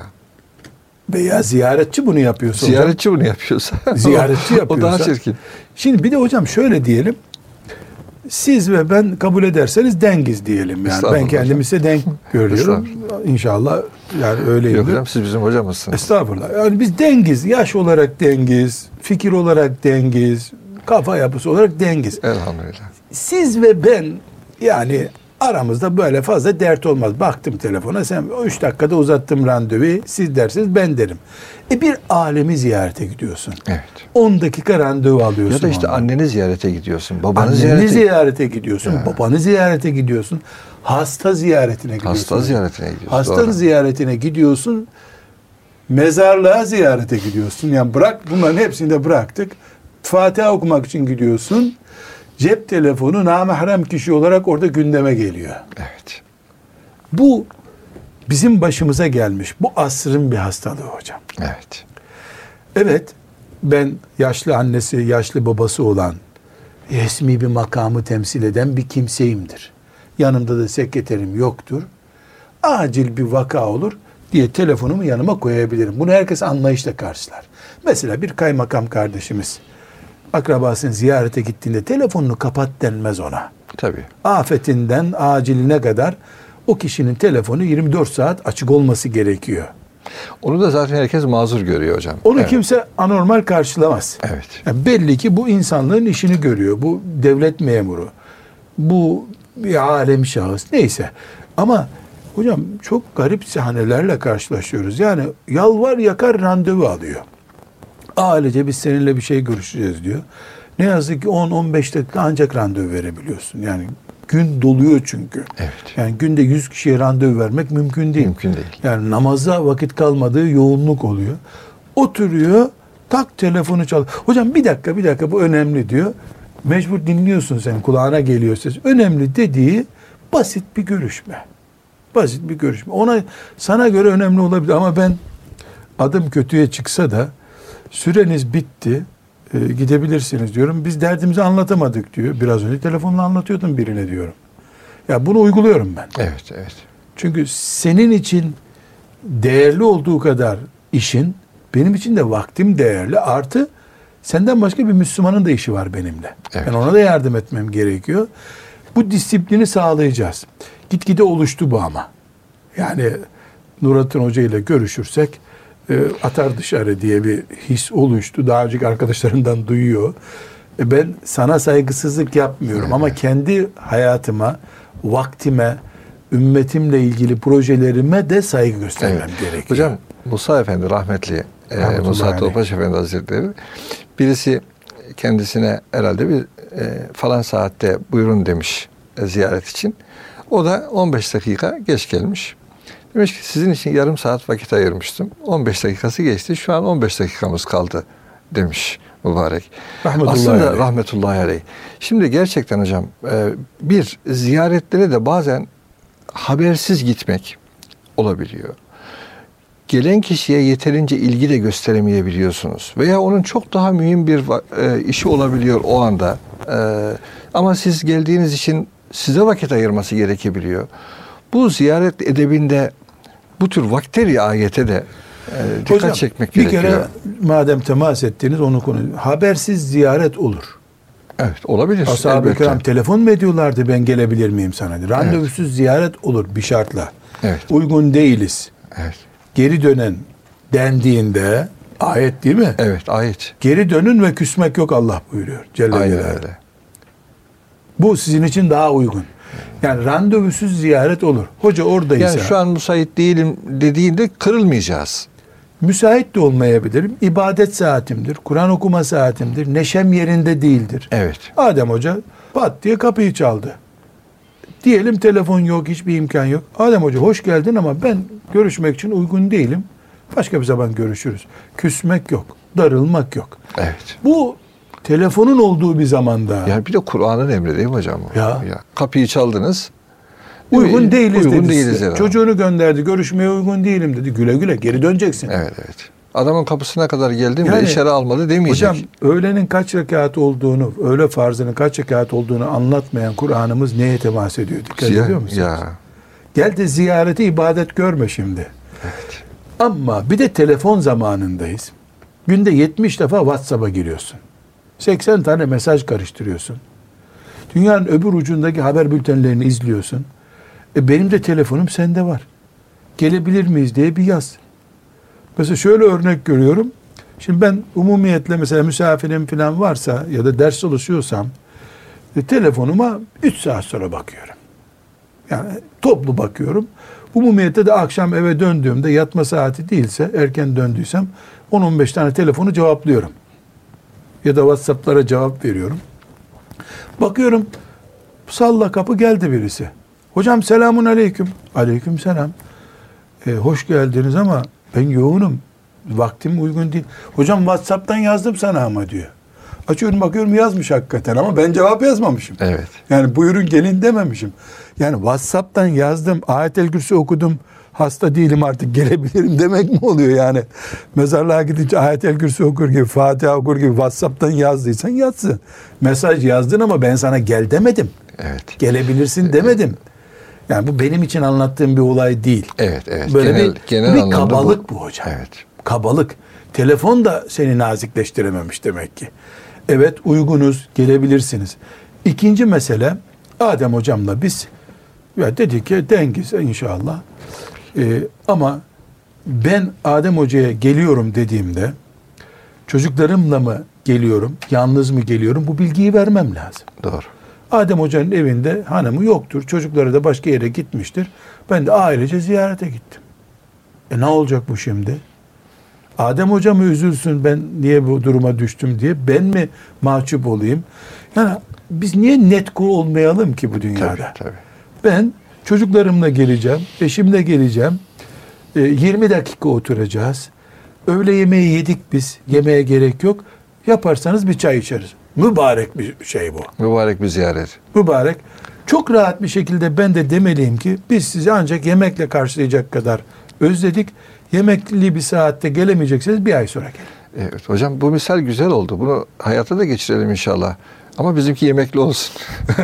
Veya ziyaretçi bunu yapıyorsa.
Ziyaretçi bunu yapıyorsa.
Ziyaretçi yapıyorsa.
O daha çirkin.
Şimdi bir de hocam şöyle diyelim. Siz ve ben kabul ederseniz dengiz diyelim yani. Ben kendimi size denk görüyorum. İnşallah yani öyleyim.
Yok hocam siz bizim hocamızsınız.
Estağfurullah. Yani biz dengiz. Yaş olarak dengiz. Fikir olarak dengiz. Kafa yapısı olarak dengiz.
Elhamdülillah.
Siz ve ben yani aramızda böyle fazla dert olmaz. Baktım telefona, sen 3 dakikada uzattım randevuyu. Siz dersiniz, ben derim. Bir alemi ziyarete gidiyorsun.
Evet.
10 dakika randevu alıyorsun.
Ya da işte
ondan.
anneni ziyarete gidiyorsun. Babanı
Anneni ziyarete gidiyorsun. Ya. Babanı ziyarete gidiyorsun. Hasta ziyaretine gidiyorsun.
Hasta ziyaretine gidiyorsun.
Hasta ziyaretine gidiyorsun. Mezarlığa ziyarete gidiyorsun. Yani bırak, bunların hepsini de bıraktık. Fatiha okumak için gidiyorsun. Cep telefonu namahrem kişi olarak orada gündeme geliyor.
Evet.
Bu bizim başımıza gelmiş. Bu asrın bir hastalığı hocam.
Evet.
Evet, ben yaşlı annesi, yaşlı babası olan, resmi bir makamı temsil eden bir kimseyimdir. Yanımda da sekreterim yoktur. Acil bir vaka olur diye telefonumu yanıma koyabilirim. Bunu herkes anlayışla karşılar. Mesela bir kaymakam kardeşimiz akrabasını ziyarete gittiğinde telefonunu kapat denmez ona.
Tabii.
Afetinden aciline kadar o kişinin telefonu 24 saat açık olması gerekiyor.
Onu da zaten herkes mazur görüyor hocam.
Onu kimse anormal karşılamaz.
Evet.
Yani belli ki bu insanlığın işini görüyor. Bu devlet memuru. Bu bir alem şahıs. Neyse. Ama hocam çok garip sahnelerle karşılaşıyoruz. Yani yalvar yakar randevu alıyor. Ailece biz seninle bir şey görüşeceğiz diyor. Ne yazık ki 10-15 dakika ancak randevu verebiliyorsun. Yani gün doluyor çünkü.
Evet.
Yani günde 100 kişiye randevu vermek mümkün değil.
Mümkün değil.
Yani namaza vakit kalmadığı yoğunluk oluyor. Oturuyor, tak telefonu çalıyor. Hocam bir dakika bu önemli diyor. Mecbur dinliyorsun sen, kulağına geliyor ses. Önemli dediği basit bir görüşme. Basit bir görüşme. Sana göre önemli olabilir ama ben adım kötüye çıksa da süreniz bitti, gidebilirsiniz diyorum. Biz derdimizi anlatamadık diyor. Biraz önce telefonla anlatıyordum birine diyorum. Ya bunu uyguluyorum ben.
Evet.
Çünkü senin için değerli olduğu kadar işin, benim için de vaktim değerli. Artı senden başka bir Müslümanın da işi var benimle.
Evet.
Ben ona da yardım etmem gerekiyor. Bu disiplini sağlayacağız. Gitgide oluştu bu ama. Yani Nurattin Hoca ile görüşürsek atar dışarı diye bir his oluştu. Daha önceki arkadaşlarından duyuyor. Ben sana saygısızlık yapmıyorum ama kendi hayatıma, vaktime, ümmetimle ilgili projelerime de saygı göstermem gerekiyor.
Hocam Musa Efendi rahmetli Musa Topbaş Efendi Hazretleri birisi kendisine herhalde bir falan saatte buyurun demiş ziyaret için. O da 15 dakika geç gelmiş. Demiş ki sizin için yarım saat vakit ayırmıştım. 15 dakikası geçti. Şu an 15 dakikamız kaldı demiş mübarek. Aslında rahmetullahi aleyh. Şimdi gerçekten hocam bir ziyaretlere de bazen habersiz gitmek olabiliyor. Gelen kişiye yeterince ilgi de gösteremeyebiliyorsunuz. Veya onun çok daha mühim bir işi olabiliyor o anda. Ama siz geldiğiniz için size vakit ayırması gerekebiliyor. Bu ziyaret edebinde bu tür vakte riayete de dikkat
hocam,
çekmek gerekiyor.
Bir kere madem temas ettiniz onu konu. Habersiz ziyaret olur.
Evet, olabilir.
Ashab-ı kiram telefon mu ediyorlardı ben gelebilir miyim sana? Randevusuz ziyaret olur bir şartla.
Evet.
Uygun değiliz.
Evet.
Geri dönen dendiğinde ayet değil mi?
Evet, ayet.
Geri dönün ve küsmek yok Allah buyuruyor. Celle
Aynen
Celaluhu.
öyle.
Bu sizin için daha uygun. Yani randevusuz ziyaret olur. Hoca oradaysa.
Yani şu an müsait değilim dediğinde kırılmayacağız.
Müsait de olmayabilirim. İbadet saatimdir. Kur'an okuma saatimdir. Neşem yerinde değildir.
Evet.
Adem Hoca pat diye kapıyı çaldı. Diyelim telefon yok, hiçbir imkan yok. Adem Hoca hoş geldin ama ben görüşmek için uygun değilim. Başka bir zaman görüşürüz. Küsmek yok. Darılmak yok.
Evet.
Bu telefonun olduğu bir zamanda.
Yani bir de Kur'an'ın emri değil mi hocam?
Ya.
Kapıyı çaldınız.
Uygun değiliz
uygun
dedi
değiliz
size.
dedi.
Çocuğunu gönderdi. Görüşmeye uygun değilim dedi. Güle güle geri döneceksin.
Evet, evet. Adamın kapısına kadar geldim
Yani,
de içeri almadı demeyecek.
Hocam öğlenin kaç rekat olduğunu, öğle farzının kaç rekat olduğunu anlatmayan Kur'an'ımız neye temas ediyor? Dikkat ediyor musunuz?
Ya.
Gel de ziyareti ibadet görme şimdi.
Evet.
Ama bir de telefon zamanındayız. Günde 70 defa WhatsApp'a giriyorsun. 80 tane mesaj karıştırıyorsun. Dünyanın öbür ucundaki haber bültenlerini izliyorsun. Benim de telefonum sende var. Gelebilir miyiz diye bir yaz. Mesela şöyle örnek görüyorum. Şimdi ben umumiyetle mesela misafirim falan varsa ya da ders çalışıyorsam telefonuma 3 saat sonra bakıyorum. Yani toplu bakıyorum. Umumiyette de akşam eve döndüğümde yatma saati değilse erken döndüysem 10-15 tane telefonu cevaplıyorum. Ya da WhatsApp'lara cevap veriyorum. Bakıyorum salla kapı geldi birisi. Hocam selamun aleyküm. Aleyküm selam. Hoş geldiniz ama ben yoğunum. Vaktim uygun değil. Hocam WhatsApp'tan yazdım sana ama diyor. Açıyorum bakıyorum yazmış hakikaten ama ben cevap yazmamışım.
Evet.
Yani buyurun gelin dememişim. Yani WhatsApp'tan yazdım. Ayetel Kürsi okudum. Hasta değilim artık gelebilirim demek mi oluyor yani? Mezarlığa gidince Ayetel Kürsi okur gibi, Fatiha okur gibi WhatsApp'tan yazdıysan yazsın. Mesaj yazdın ama ben sana gel demedim.
Evet.
Gelebilirsin demedim. Yani bu benim için anlattığım bir olay değil.
Evet, evet.
Böyle
genel
bir kabalık bu hocam.
Evet.
Kabalık. Telefon da seni nazikleştirememiş demek ki. Evet uygunuz, gelebilirsiniz. İkinci mesele Adem hocamla biz ya dedik ki dengiz inşallah. Ama ben Adem hocaya geliyorum dediğimde çocuklarımla mı geliyorum, yalnız mı geliyorum bu bilgiyi vermem lazım.
Doğru.
Adem hocanın evinde hanımı yoktur. Çocukları da başka yere gitmiştir. Ben de ailece ziyarete gittim. Ne olacak bu şimdi? Adem hoca mı üzülsün ben niye bu duruma düştüm diye ben mi mahcup olayım? Yani biz niye net olmayalım ki bu dünyada?
Tabii.
Ben çocuklarımla geleceğim, eşimle geleceğim. 20 dakika oturacağız. Öğle yemeği yedik biz. Yemeğe gerek yok. Yaparsanız bir çay içeriz. Mübarek bir şey bu.
Mübarek bir ziyaret.
Mübarek. Çok rahat bir şekilde ben de demeliyim ki biz sizi ancak yemekle karşılayacak kadar özledik. Yemekli bir saatte gelemeyecekseniz bir ay sonra gelin.
Evet hocam bu misal güzel oldu. Bunu hayata da geçirelim inşallah. Ama bizimki yemekli olsun.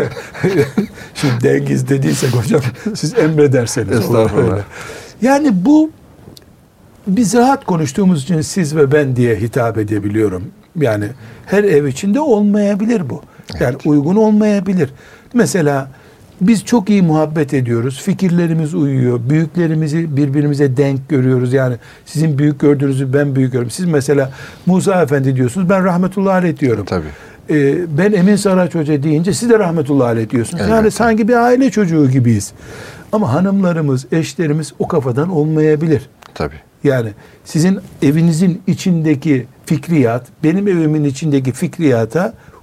Şimdi dengiz dediysek hocam siz emrederseniz.
Estağfurullah.
Yani bu biz rahat konuştuğumuz için siz ve ben diye hitap edebiliyorum. Yani her ev içinde olmayabilir bu. Yani evet. Uygun olmayabilir. Mesela biz çok iyi muhabbet ediyoruz. Fikirlerimiz uyuyor. Büyüklerimizi birbirimize denk görüyoruz. Yani sizin büyük gördüğünüzü ben büyük görüyorum. Siz mesela Musa Efendi diyorsunuz. Ben rahmetullahi aleyh diyorum.
Tabii.
Ben Emin Saraç Hoca deyince siz de rahmetullahi aleyh diyorsunuz. Evet. Yani sanki bir aile çocuğu gibiyiz. Ama hanımlarımız, eşlerimiz o kafadan olmayabilir.
Tabii.
Yani sizin evinizin içindeki fikriyat, benim evimin içindeki fikriyata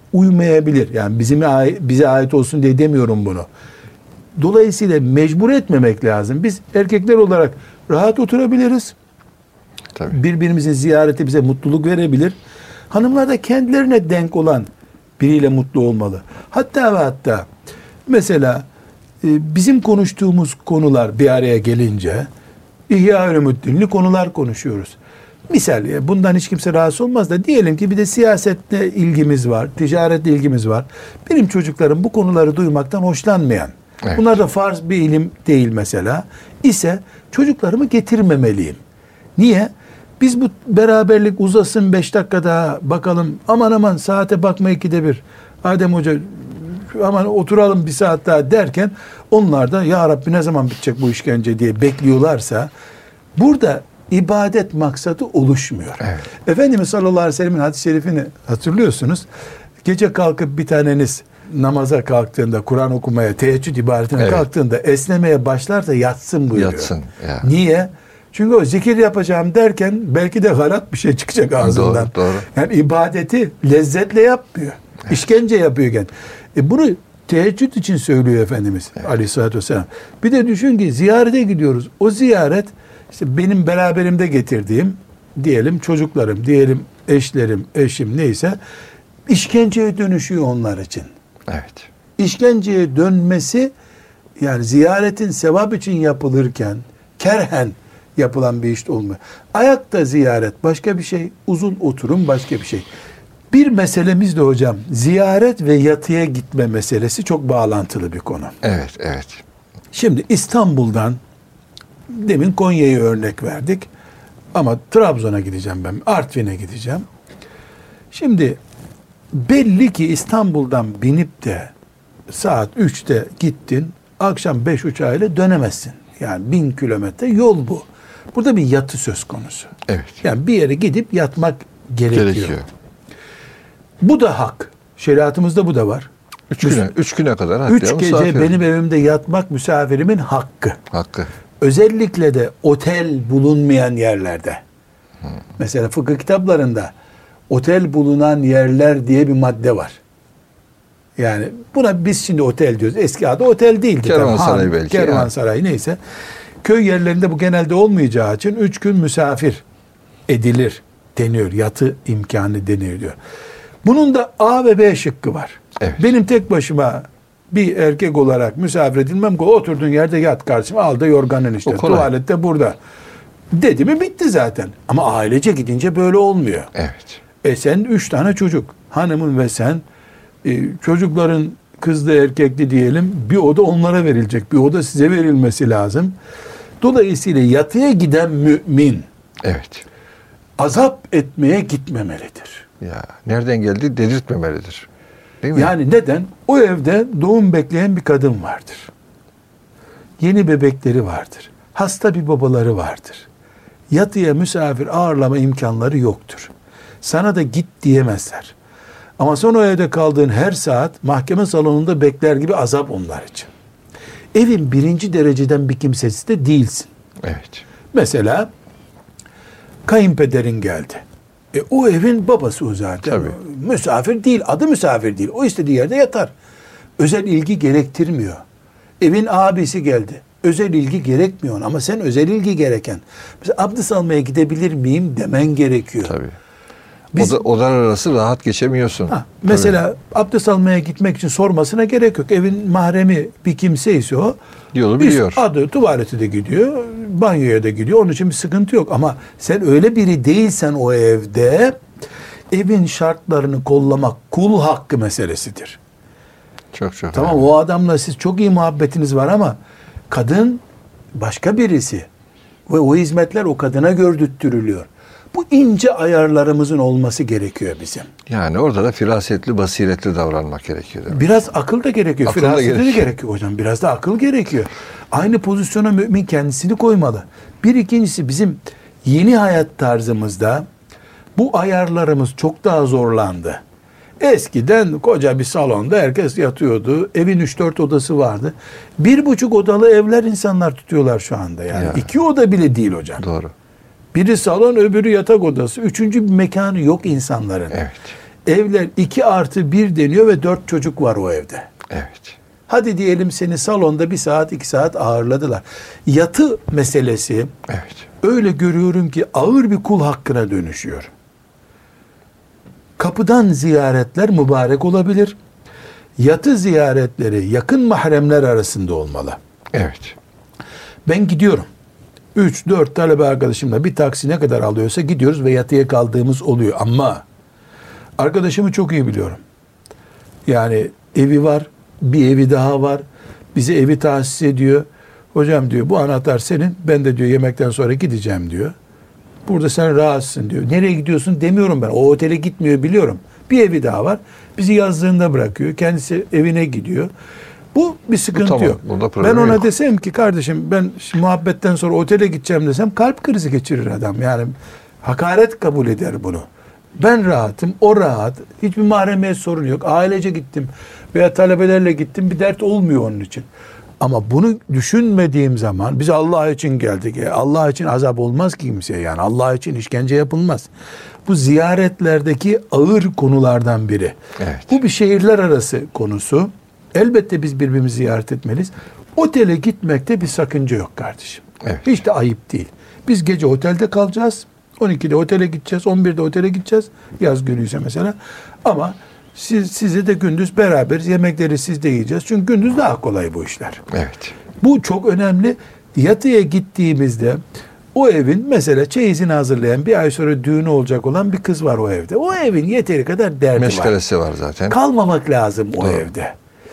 uymayabilir. Yani bize ait olsun diye demiyorum bunu. Dolayısıyla mecbur etmemek lazım. Biz erkekler olarak rahat oturabiliriz.
Tabii.
Birbirimizin ziyareti bize mutluluk verebilir. Hanımlar da kendilerine denk olan biriyle mutlu olmalı. Hatta ve hatta mesela bizim konuştuğumuz konular bir araya gelince İhya Ulumuddin'li konular konuşuyoruz. Misal bundan hiç kimse rahatsız olmaz da diyelim ki bir de siyasetle ilgimiz var, ticaretle ilgimiz var. Benim çocuklarım bu konuları duymaktan hoşlanmayan,
evet,
bunlar da farz bir ilim değil mesela, ise çocuklarımı getirmemeliyim. Niye? Biz bu beraberlik uzasın 5 dakika daha bakalım, aman saate bakma 2'de 1. Adem Hoca aman oturalım 1 saat daha derken onlar da ya Rabbi ne zaman bitecek bu işkence diye bekliyorlarsa burada ibadet maksadı oluşmuyor.
Evet.
Efendimiz sallallahu aleyhi ve sellem'in hadis-i şerifini hatırlıyorsunuz. Gece kalkıp bir taneniz namaza kalktığında, Kur'an okumaya, teheccüd ibadetine
evet,
kalktığında esnemeye başlarsa yatsın buyuruyor.
Yatsın. Ya.
Niye? Çünkü o zikir yapacağım derken belki de galat bir şey çıkacak ağzından.
Doğru.
Yani ibadeti lezzetle yapmıyor. Evet. İşkence yapıyorken. Bunu teheccüd için söylüyor Efendimiz, evet, aleyhissalatü vesselam. Bir de düşün ki ziyarete gidiyoruz. O ziyaret işte benim beraberimde getirdiğim, diyelim çocuklarım, diyelim eşlerim, eşim neyse, işkenceye dönüşüyor onlar için.
Evet.
İşkenceye dönmesi, yani ziyaretin sevap için yapılırken kerhen yapılan bir iş olmuyor. Ayakta ziyaret başka bir şey, uzun oturum başka bir şey. Bir meselemiz de hocam, ziyaret ve yatıya gitme meselesi çok bağlantılı bir konu.
Evet, evet.
Şimdi İstanbul'dan, demin Konya'yı örnek verdik, ama Trabzon'a gideceğim ben, Artvin'e gideceğim. Şimdi belli ki İstanbul'dan binip de saat 3'te gittin, akşam 5 uçağıyla dönemezsin. Yani 1000 kilometre yol bu. Burada bir yatı söz konusu.
Evet.
Yani bir yere gidip yatmak gerekiyor. Bu da hak. Şeriatımızda bu da var.
3 güne kadar hatta
3 gece benim evimde yatmak misafirimin hakkı. Özellikle de otel bulunmayan yerlerde. Mesela fıkıh kitaplarında otel bulunan yerler diye bir madde var. Yani buna biz şimdi otel diyoruz. Eski adı otel değildi.
Kervansaray belki.
Kervansaray neyse. Köy yerlerinde bu genelde olmayacağı için 3 gün misafir edilir deniyor. Yatı imkanı deniliyor. Bunun da A ve B şıkkı var.
Evet.
Benim tek başıma bir erkek olarak misafir edilmem. Oturduğun yerde yat kardeşim, al da yorganın işte. Tuvalette burada. Dedi mi bitti zaten. Ama ailece gidince böyle olmuyor.
Evet.
Sen 3 tane çocuk. Hanımın ve sen, çocukların kızlı erkekli diyelim, bir oda onlara verilecek. Bir oda size verilmesi lazım. Dolayısıyla yatıya giden mümin,
evet,
azap etmeye gitmemelidir.
Ya nereden geldi dedirtmemelidir. Değil mi?
Yani neden? O evde doğum bekleyen bir kadın vardır. Yeni bebekleri vardır. Hasta bir babaları vardır. Yatıya misafir ağırlama imkanları yoktur. Sana da git diyemezler. Ama son o evde kaldığın her saat mahkeme salonunda bekler gibi azap onlar için. Evin 1. dereceden bir kimsesi de değilsin.
Evet.
Mesela kayınpederin geldi. O evin babası o zaten.
Tabii.
Misafir değil, adı misafir değil. O istediği yerde yatar. Özel ilgi gerektirmiyor. Evin abisi geldi. Özel ilgi gerekmiyor ama sen özel ilgi gereken. Mesela abdest almaya gidebilir miyim demen gerekiyor.
Tabii. Odalar arası rahat geçemiyorsun.
Mesela abdest almaya gitmek için sormasına gerek yok. Evin mahremi bir kimseyse o.
Yolu biliyor.
Adı tuvalete de gidiyor, banyoya da gidiyor. Onun için bir sıkıntı yok. Ama sen öyle biri değilsen o evde, evin şartlarını kollamak kul hakkı meselesidir.
Çok
tamam
önemli.
O adamla siz çok iyi muhabbetiniz var ama kadın başka birisi. Ve o hizmetler o kadına gördürtülüyor. Bu ince ayarlarımızın olması gerekiyor bizim.
Yani orada da firasetli, basiretli davranmak gerekiyor.
Biraz akıl da gerekiyor. Firaset de gerekiyor hocam. Biraz da akıl gerekiyor. Aynı pozisyona mümin kendisini koymalı. Bir ikincisi, bizim yeni hayat tarzımızda bu ayarlarımız çok daha zorlandı. Eskiden koca bir salonda herkes yatıyordu. Evin 3-4 odası vardı. 1,5 odalı evler insanlar tutuyorlar şu anda yani.
Ya.
2 oda bile değil hocam.
Doğru.
Biri salon, öbürü yatak odası. 3. bir mekanı yok insanların.
Evet.
Evler 2+1 deniyor ve 4 çocuk var o evde.
Evet.
Hadi diyelim seni salonda 1 saat 2 saat ağırladılar. Yatı meselesi
Evet.
öyle görüyorum ki ağır bir kul hakkına dönüşüyor. Kapıdan ziyaretler mübarek olabilir. Yatı ziyaretleri yakın mahremler arasında olmalı.
Evet.
Ben gidiyorum. 3-4 talebe arkadaşımla bir taksi ne kadar alıyorsa gidiyoruz ve yatıya kaldığımız oluyor. Ama arkadaşımı çok iyi biliyorum. Yani evi var, bir evi daha var. Bize evi tahsis ediyor. Hocam diyor bu anahtar senin. Ben de diyor yemekten sonra gideceğim diyor. Burada sen rahatsın diyor. Nereye gidiyorsun demiyorum ben. O otele gitmiyor biliyorum. Bir evi daha var. Bizi yazdığında bırakıyor. Kendisi evine gidiyor. Bu bir sıkıntı
tamam.
yok.
Ben
ona
yok.
desem ki kardeşim ben muhabbetten sonra otele gideceğim desem kalp krizi geçirir adam. Yani hakaret kabul eder bunu. Ben rahatım, o rahat. Hiçbir mahremiyet sorunu yok. Ailece gittim veya talebelerle gittim. Bir dert olmuyor onun için. Ama bunu düşünmediğim zaman biz Allah için geldik. Allah için azap olmaz ki kimseye yani. Allah için işkence yapılmaz. Bu ziyaretlerdeki ağır konulardan biri.
Evet.
Bu bir şehirler arası konusu. Elbette biz birbirimizi ziyaret etmeliyiz. Otele gitmekte bir sakınca yok kardeşim.
Evet.
Hiç de ayıp değil. Biz gece otelde kalacağız. 12'de otele gideceğiz. 11'de otele gideceğiz. Yaz günüyse mesela. Ama sizi de gündüz beraber yemekleri siz de yiyeceğiz. Çünkü gündüz daha kolay bu işler.
Evet.
Bu çok önemli. Yatıya gittiğimizde o evin mesela çeyizini hazırlayan bir ay sonra düğünü olacak olan bir kız var o evde. O evin yeteri kadar derdi
Meşgalesi var zaten.
Kalmamak lazım o
Doğru.
evde.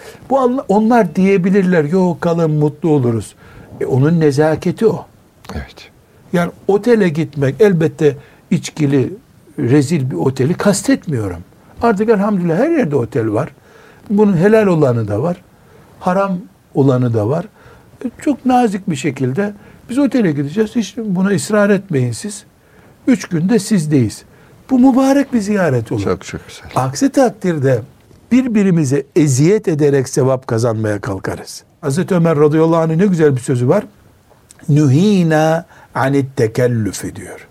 Onlar diyebilirler yok kalın mutlu oluruz. Onun nezaketi o.
Evet.
Yani otele gitmek elbette içkili, rezil bir oteli kastetmiyorum. Artık elhamdülillah her yerde otel var. Bunun helal olanı da var. Haram olanı da var. Çok nazik bir şekilde biz otele gideceğiz. Hiç buna ısrar etmeyin siz. 3 günde sizdeyiz. Bu mübarek bir ziyaret olur.
Çok çok güzel.
Aksi takdirde birbirimize eziyet ederek sevap kazanmaya kalkarız. Hazreti Ömer radıyallahu anh'ın ne güzel bir sözü var. Nuhina anit tekellüf diyor.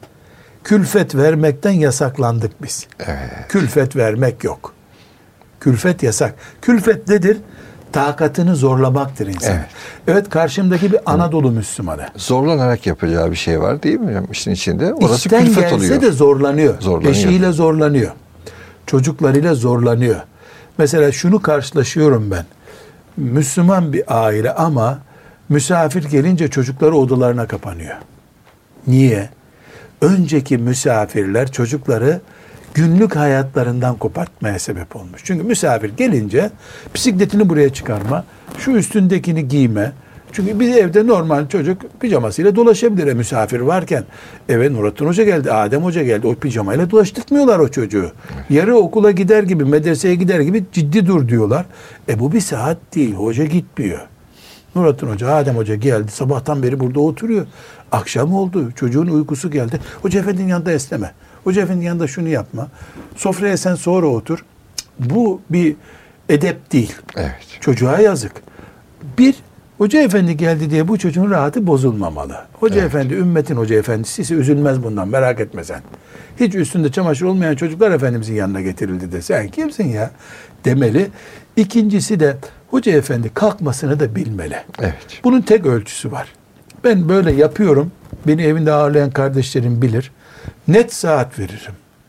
Külfet vermekten yasaklandık biz.
Evet.
Külfet vermek yok. Külfet yasak. Külfet nedir? Takatını zorlamaktır insan.
Evet.
Evet karşımdaki bir Anadolu Müslümanı.
Zorlanarak yapacağı bir şey var değil mi hocam işin içinde? Orası
İçten
külfet
gelse
oluyor.
de zorlanıyor.
Zorlanıyor.
Eşiyle zorlanıyor. Çocuklarıyla zorlanıyor. Mesela şunu karşılaşıyorum ben. Müslüman bir aile ama misafir gelince çocukları odalarına kapanıyor. Niye? Önceki misafirler çocukları günlük hayatlarından kopartmaya sebep olmuş. Çünkü misafir gelince bisikletini buraya çıkarma, şu üstündekini giyme. Çünkü biz evde normal çocuk pijamasıyla dolaşabilir misafir varken. Eve Nurattin Hoca geldi, Adem Hoca geldi. O pijamayla dolaştırmıyorlar o çocuğu. Yarı okula gider gibi, medreseye gider gibi ciddi dur diyorlar. Bu bir saat değil, hoca gitmiyor. Nurattin Hoca, Adem Hoca geldi. Sabahtan beri burada oturuyor. Akşam oldu. Çocuğun uykusu geldi. Hoca efendinin yanında esneme. Hoca efendinin yanında şunu yapma. Sofraya sen sonra otur. Bu bir edep değil.
Evet.
Çocuğa yazık. Bir, Hoca efendi geldi diye bu çocuğun rahatı bozulmamalı. Hoca efendi, ümmetin hoca efendisi ise üzülmez bundan, merak etme sen. Hiç üstünde çamaşır olmayan çocuklar Efendimizin yanına getirildi de sen kimsin ya demeli. İkincisi de hoca efendi kalkmasını da bilmeli.
Evet.
Bunun tek ölçüsü var. Ben böyle yapıyorum. Beni evinde ağırlayan kardeşlerim bilir. Net saat veririm.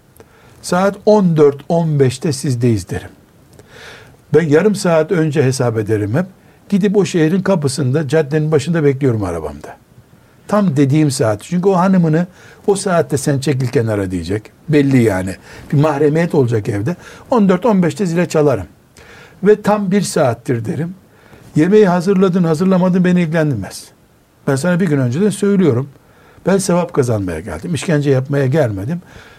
Saat 14-15'te sizdeyiz derim. Ben yarım saat önce hesap ederim hep. Gidip o şehrin kapısında, caddenin başında bekliyorum arabamda. Tam dediğim saat. Çünkü o hanımını o saatte sen çekil kenara diyecek. Belli yani. Bir mahremiyet olacak evde. 14-15'te zile çalarım. Ve tam 1 saattir derim. Yemeği hazırladın, hazırlamadın beni ilgilendirmez. Ben sana bir gün önceden söylüyorum. Ben sevap kazanmaya geldim. İşkence yapmaya gelmedim.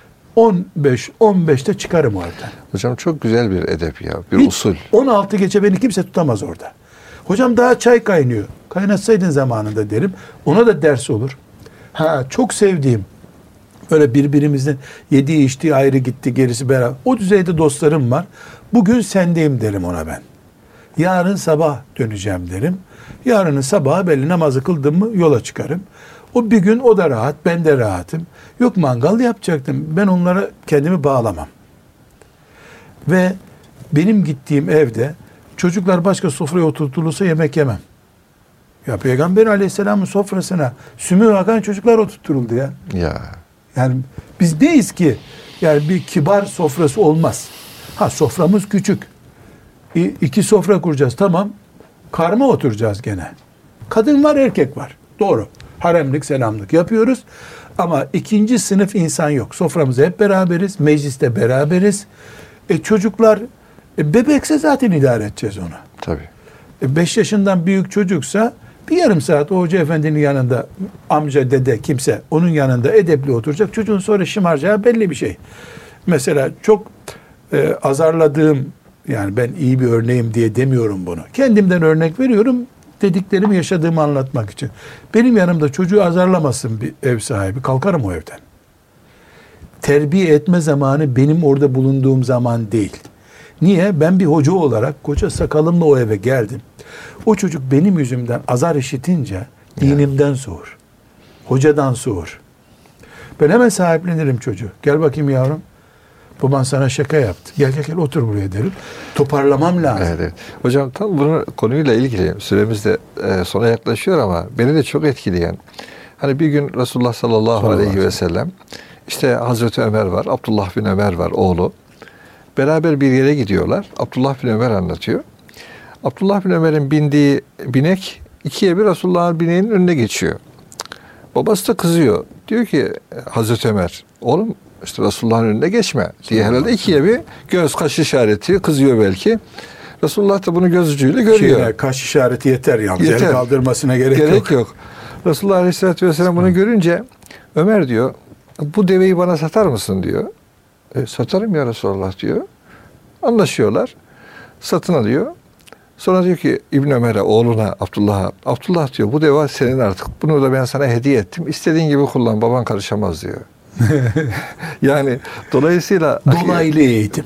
15-15'te çıkarım oradan.
Hocam çok güzel bir edep ya. Bir
Hiç
usul.
16 geçe beni kimse tutamaz orada. Hocam daha çay kaynıyor. Kaynatsaydın zamanında derim. Ona da ders olur. Çok sevdiğim, böyle birbirimizden yediği içtiği ayrı gitti, gerisi beraber. O düzeyde dostlarım var. Bugün sendeyim derim ona ben. Yarın sabah döneceğim derim. Yarının sabahı belli namazı kıldım mı yola çıkarım. O bir gün o da rahat, ben de rahatım. Yok mangal yapacaktım. Ben onlara kendimi bağlamam. Ve benim gittiğim evde çocuklar başka sofraya oturtulursa yemek yemem. Ya Peygamber Aleyhisselam'ın sofrasına sümüğü akan çocuklar oturtuldu ya. Yani biz neyiz ki? Yani bir kibar sofrası olmaz. Soframız küçük. 2 sofra kuracağız, tamam. Karma oturacağız gene. Kadın var, erkek var. Doğru. Haremlik, selamlık yapıyoruz. Ama 2. sınıf insan yok. Soframızda hep beraberiz. Mecliste beraberiz. Çocuklar bebekse zaten idare edeceğiz onu.
Tabii.
5 yaşından büyük çocuksa bir yarım saat o hoca efendinin yanında, amca, dede kimse onun yanında edepli oturacak. Çocuğun sonra şımaracağı belli bir şey. Mesela çok azarladığım, yani ben iyi bir örneğim diye demiyorum bunu. Kendimden örnek veriyorum, dediklerimi yaşadığımı anlatmak için. Benim yanımda çocuğu azarlamasın bir ev sahibi, kalkarım o evden. Terbiye etme zamanı benim orada bulunduğum zaman değil. Niye? Ben bir hoca olarak koca sakalımla o eve geldim. O çocuk benim yüzümden azar işitince dinimden soğur. Hocadan soğur. Ben hemen sahiplenirim çocuğu. Gel bakayım yavrum. Baban sana şaka yaptı. Gel otur buraya derim. Toparlamam lazım.
Evet. Hocam tam bunun konuyla ilgili, süremiz de sona yaklaşıyor ama beni de çok etkileyen. Hani bir gün Resulullah sallallahu aleyhi ve sellem, işte Hazreti Ömer var, Abdullah bin Ömer var, oğlu. Beraber bir yere gidiyorlar. Abdullah bin Ömer anlatıyor. Abdullah bin Ömer'in bindiği binek 2'ye 1 Resulullah'ın bineğinin önüne geçiyor. Babası da kızıyor. Diyor ki Hazreti Ömer, oğlum işte Resulullah'ın önüne geçme diye herhalde 2'ye 1 göz kaş işareti, kızıyor belki. Resulullah da bunu göz ucuyla görüyor.
Kaş işareti yeter yalnız. El kaldırmasına gerek yok.
Resulullah Aleyhisselatü Vesselam bunu görünce Ömer diyor, bu deveyi bana satar mısın diyor. Satarım ya Resulullah diyor. Anlaşıyorlar. Satın alıyor. Sonra diyor ki İbn Ömer'e, oğluna, Abdullah'a, Abdullah diyor, bu deve senin artık. Bunu da ben sana hediye ettim. İstediğin gibi kullan, baban karışamaz diyor. Yani dolayısıyla
dolaylı eğitim.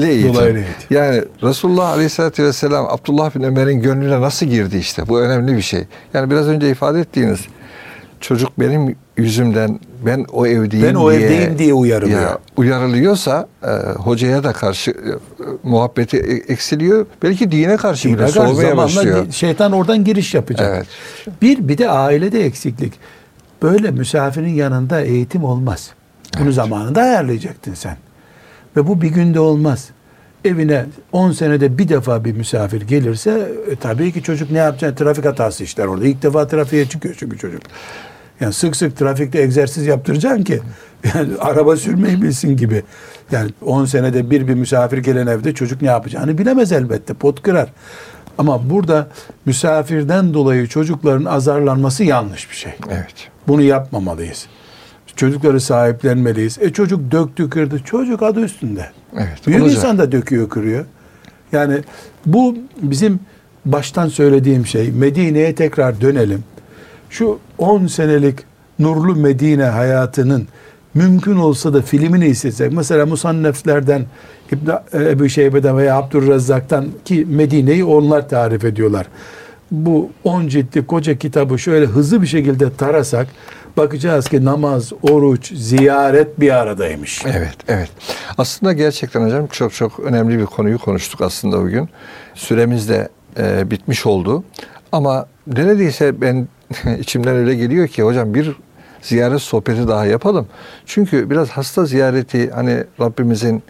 Yani Resulullah Aleyhisselatü Vesselam Abdullah bin Ömer'in gönlüne nasıl girdi işte. Bu önemli bir şey. Yani biraz önce ifade ettiğiniz çocuk benim yüzümden ben o evdeyim diye uyarılıyorsa hocaya da karşı muhabbeti eksiliyor. Belki dine karşı bile soğumaya başlıyor.
Şeytan oradan giriş yapacak.
Evet.
Bir de ailede eksiklik. Böyle misafirin yanında eğitim olmaz. Bunu zamanında ayarlayacaktın sen. Ve bu bir günde olmaz. Evine 10 senede bir defa bir misafir gelirse tabii ki çocuk ne yapacak? Trafik hatası işler orada. İlk defa trafiğe çıkıyor çünkü çocuk. Yani sık sık trafikte egzersiz yaptıracaksın ki yani araba sürmeyi bilsin gibi. Yani 10 senede bir misafir gelen evde çocuk ne yapacağını bilemez elbette. Pot kırar. Ama burada misafirden dolayı çocukların azarlanması yanlış bir şey.
Evet.
Bunu yapmamalıyız. Çocukları sahiplenmeliyiz. Çocuk döktü kırdı. Çocuk adı üstünde.
Evet,
büyük insan da döküyor kırıyor. Yani bu bizim baştan söylediğim şey. Medine'ye tekrar dönelim. Şu 10 senelik nurlu Medine hayatının mümkün olsa da filmini istesek. Mesela Musanneflerden Ebu Şeybe'den veya Abdurrazzak'tan, ki Medine'yi onlar tarif ediyorlar. Bu 10 ciltlik koca kitabı şöyle hızlı bir şekilde tarasak bakacağız ki namaz, oruç, ziyaret bir aradaymış.
Evet. Aslında gerçekten hocam çok önemli bir konuyu konuştuk aslında bugün. Süremiz de bitmiş oldu. Ama neredeyse ben içimden öyle geliyor ki hocam bir ziyaret sohbeti daha yapalım. Çünkü biraz hasta ziyareti, hani Rabbimizin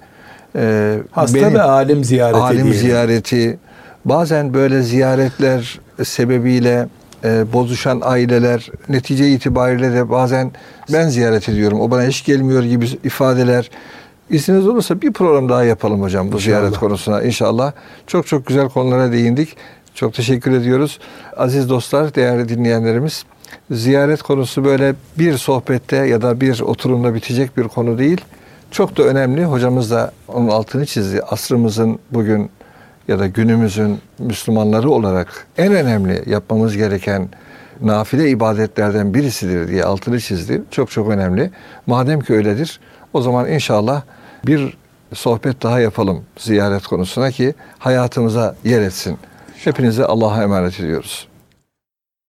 hasta ve alim
ziyareti, bazen böyle ziyaretler sebebiyle bozuşan aileler, netice itibariyle de bazen ben ziyaret ediyorum, o bana hiç gelmiyor gibi ifadeler. İzniniz olursa bir program daha yapalım hocam bu ziyaret konusuna inşallah. Çok güzel konulara değindik. Çok teşekkür ediyoruz. Aziz dostlar, değerli dinleyenlerimiz, ziyaret konusu böyle bir sohbette ya da bir oturumda bitecek bir konu değil. Çok da önemli. Hocamız da onun altını çizdi. Asrımızın bugün ya da günümüzün Müslümanları olarak en önemli yapmamız gereken nafile ibadetlerden birisidir diye altını çizdi. Çok önemli. Madem ki öyledir, o zaman inşallah bir sohbet daha yapalım ziyaret konusuna ki hayatımıza yer etsin. Hepinize Allah'a emanet ediyoruz.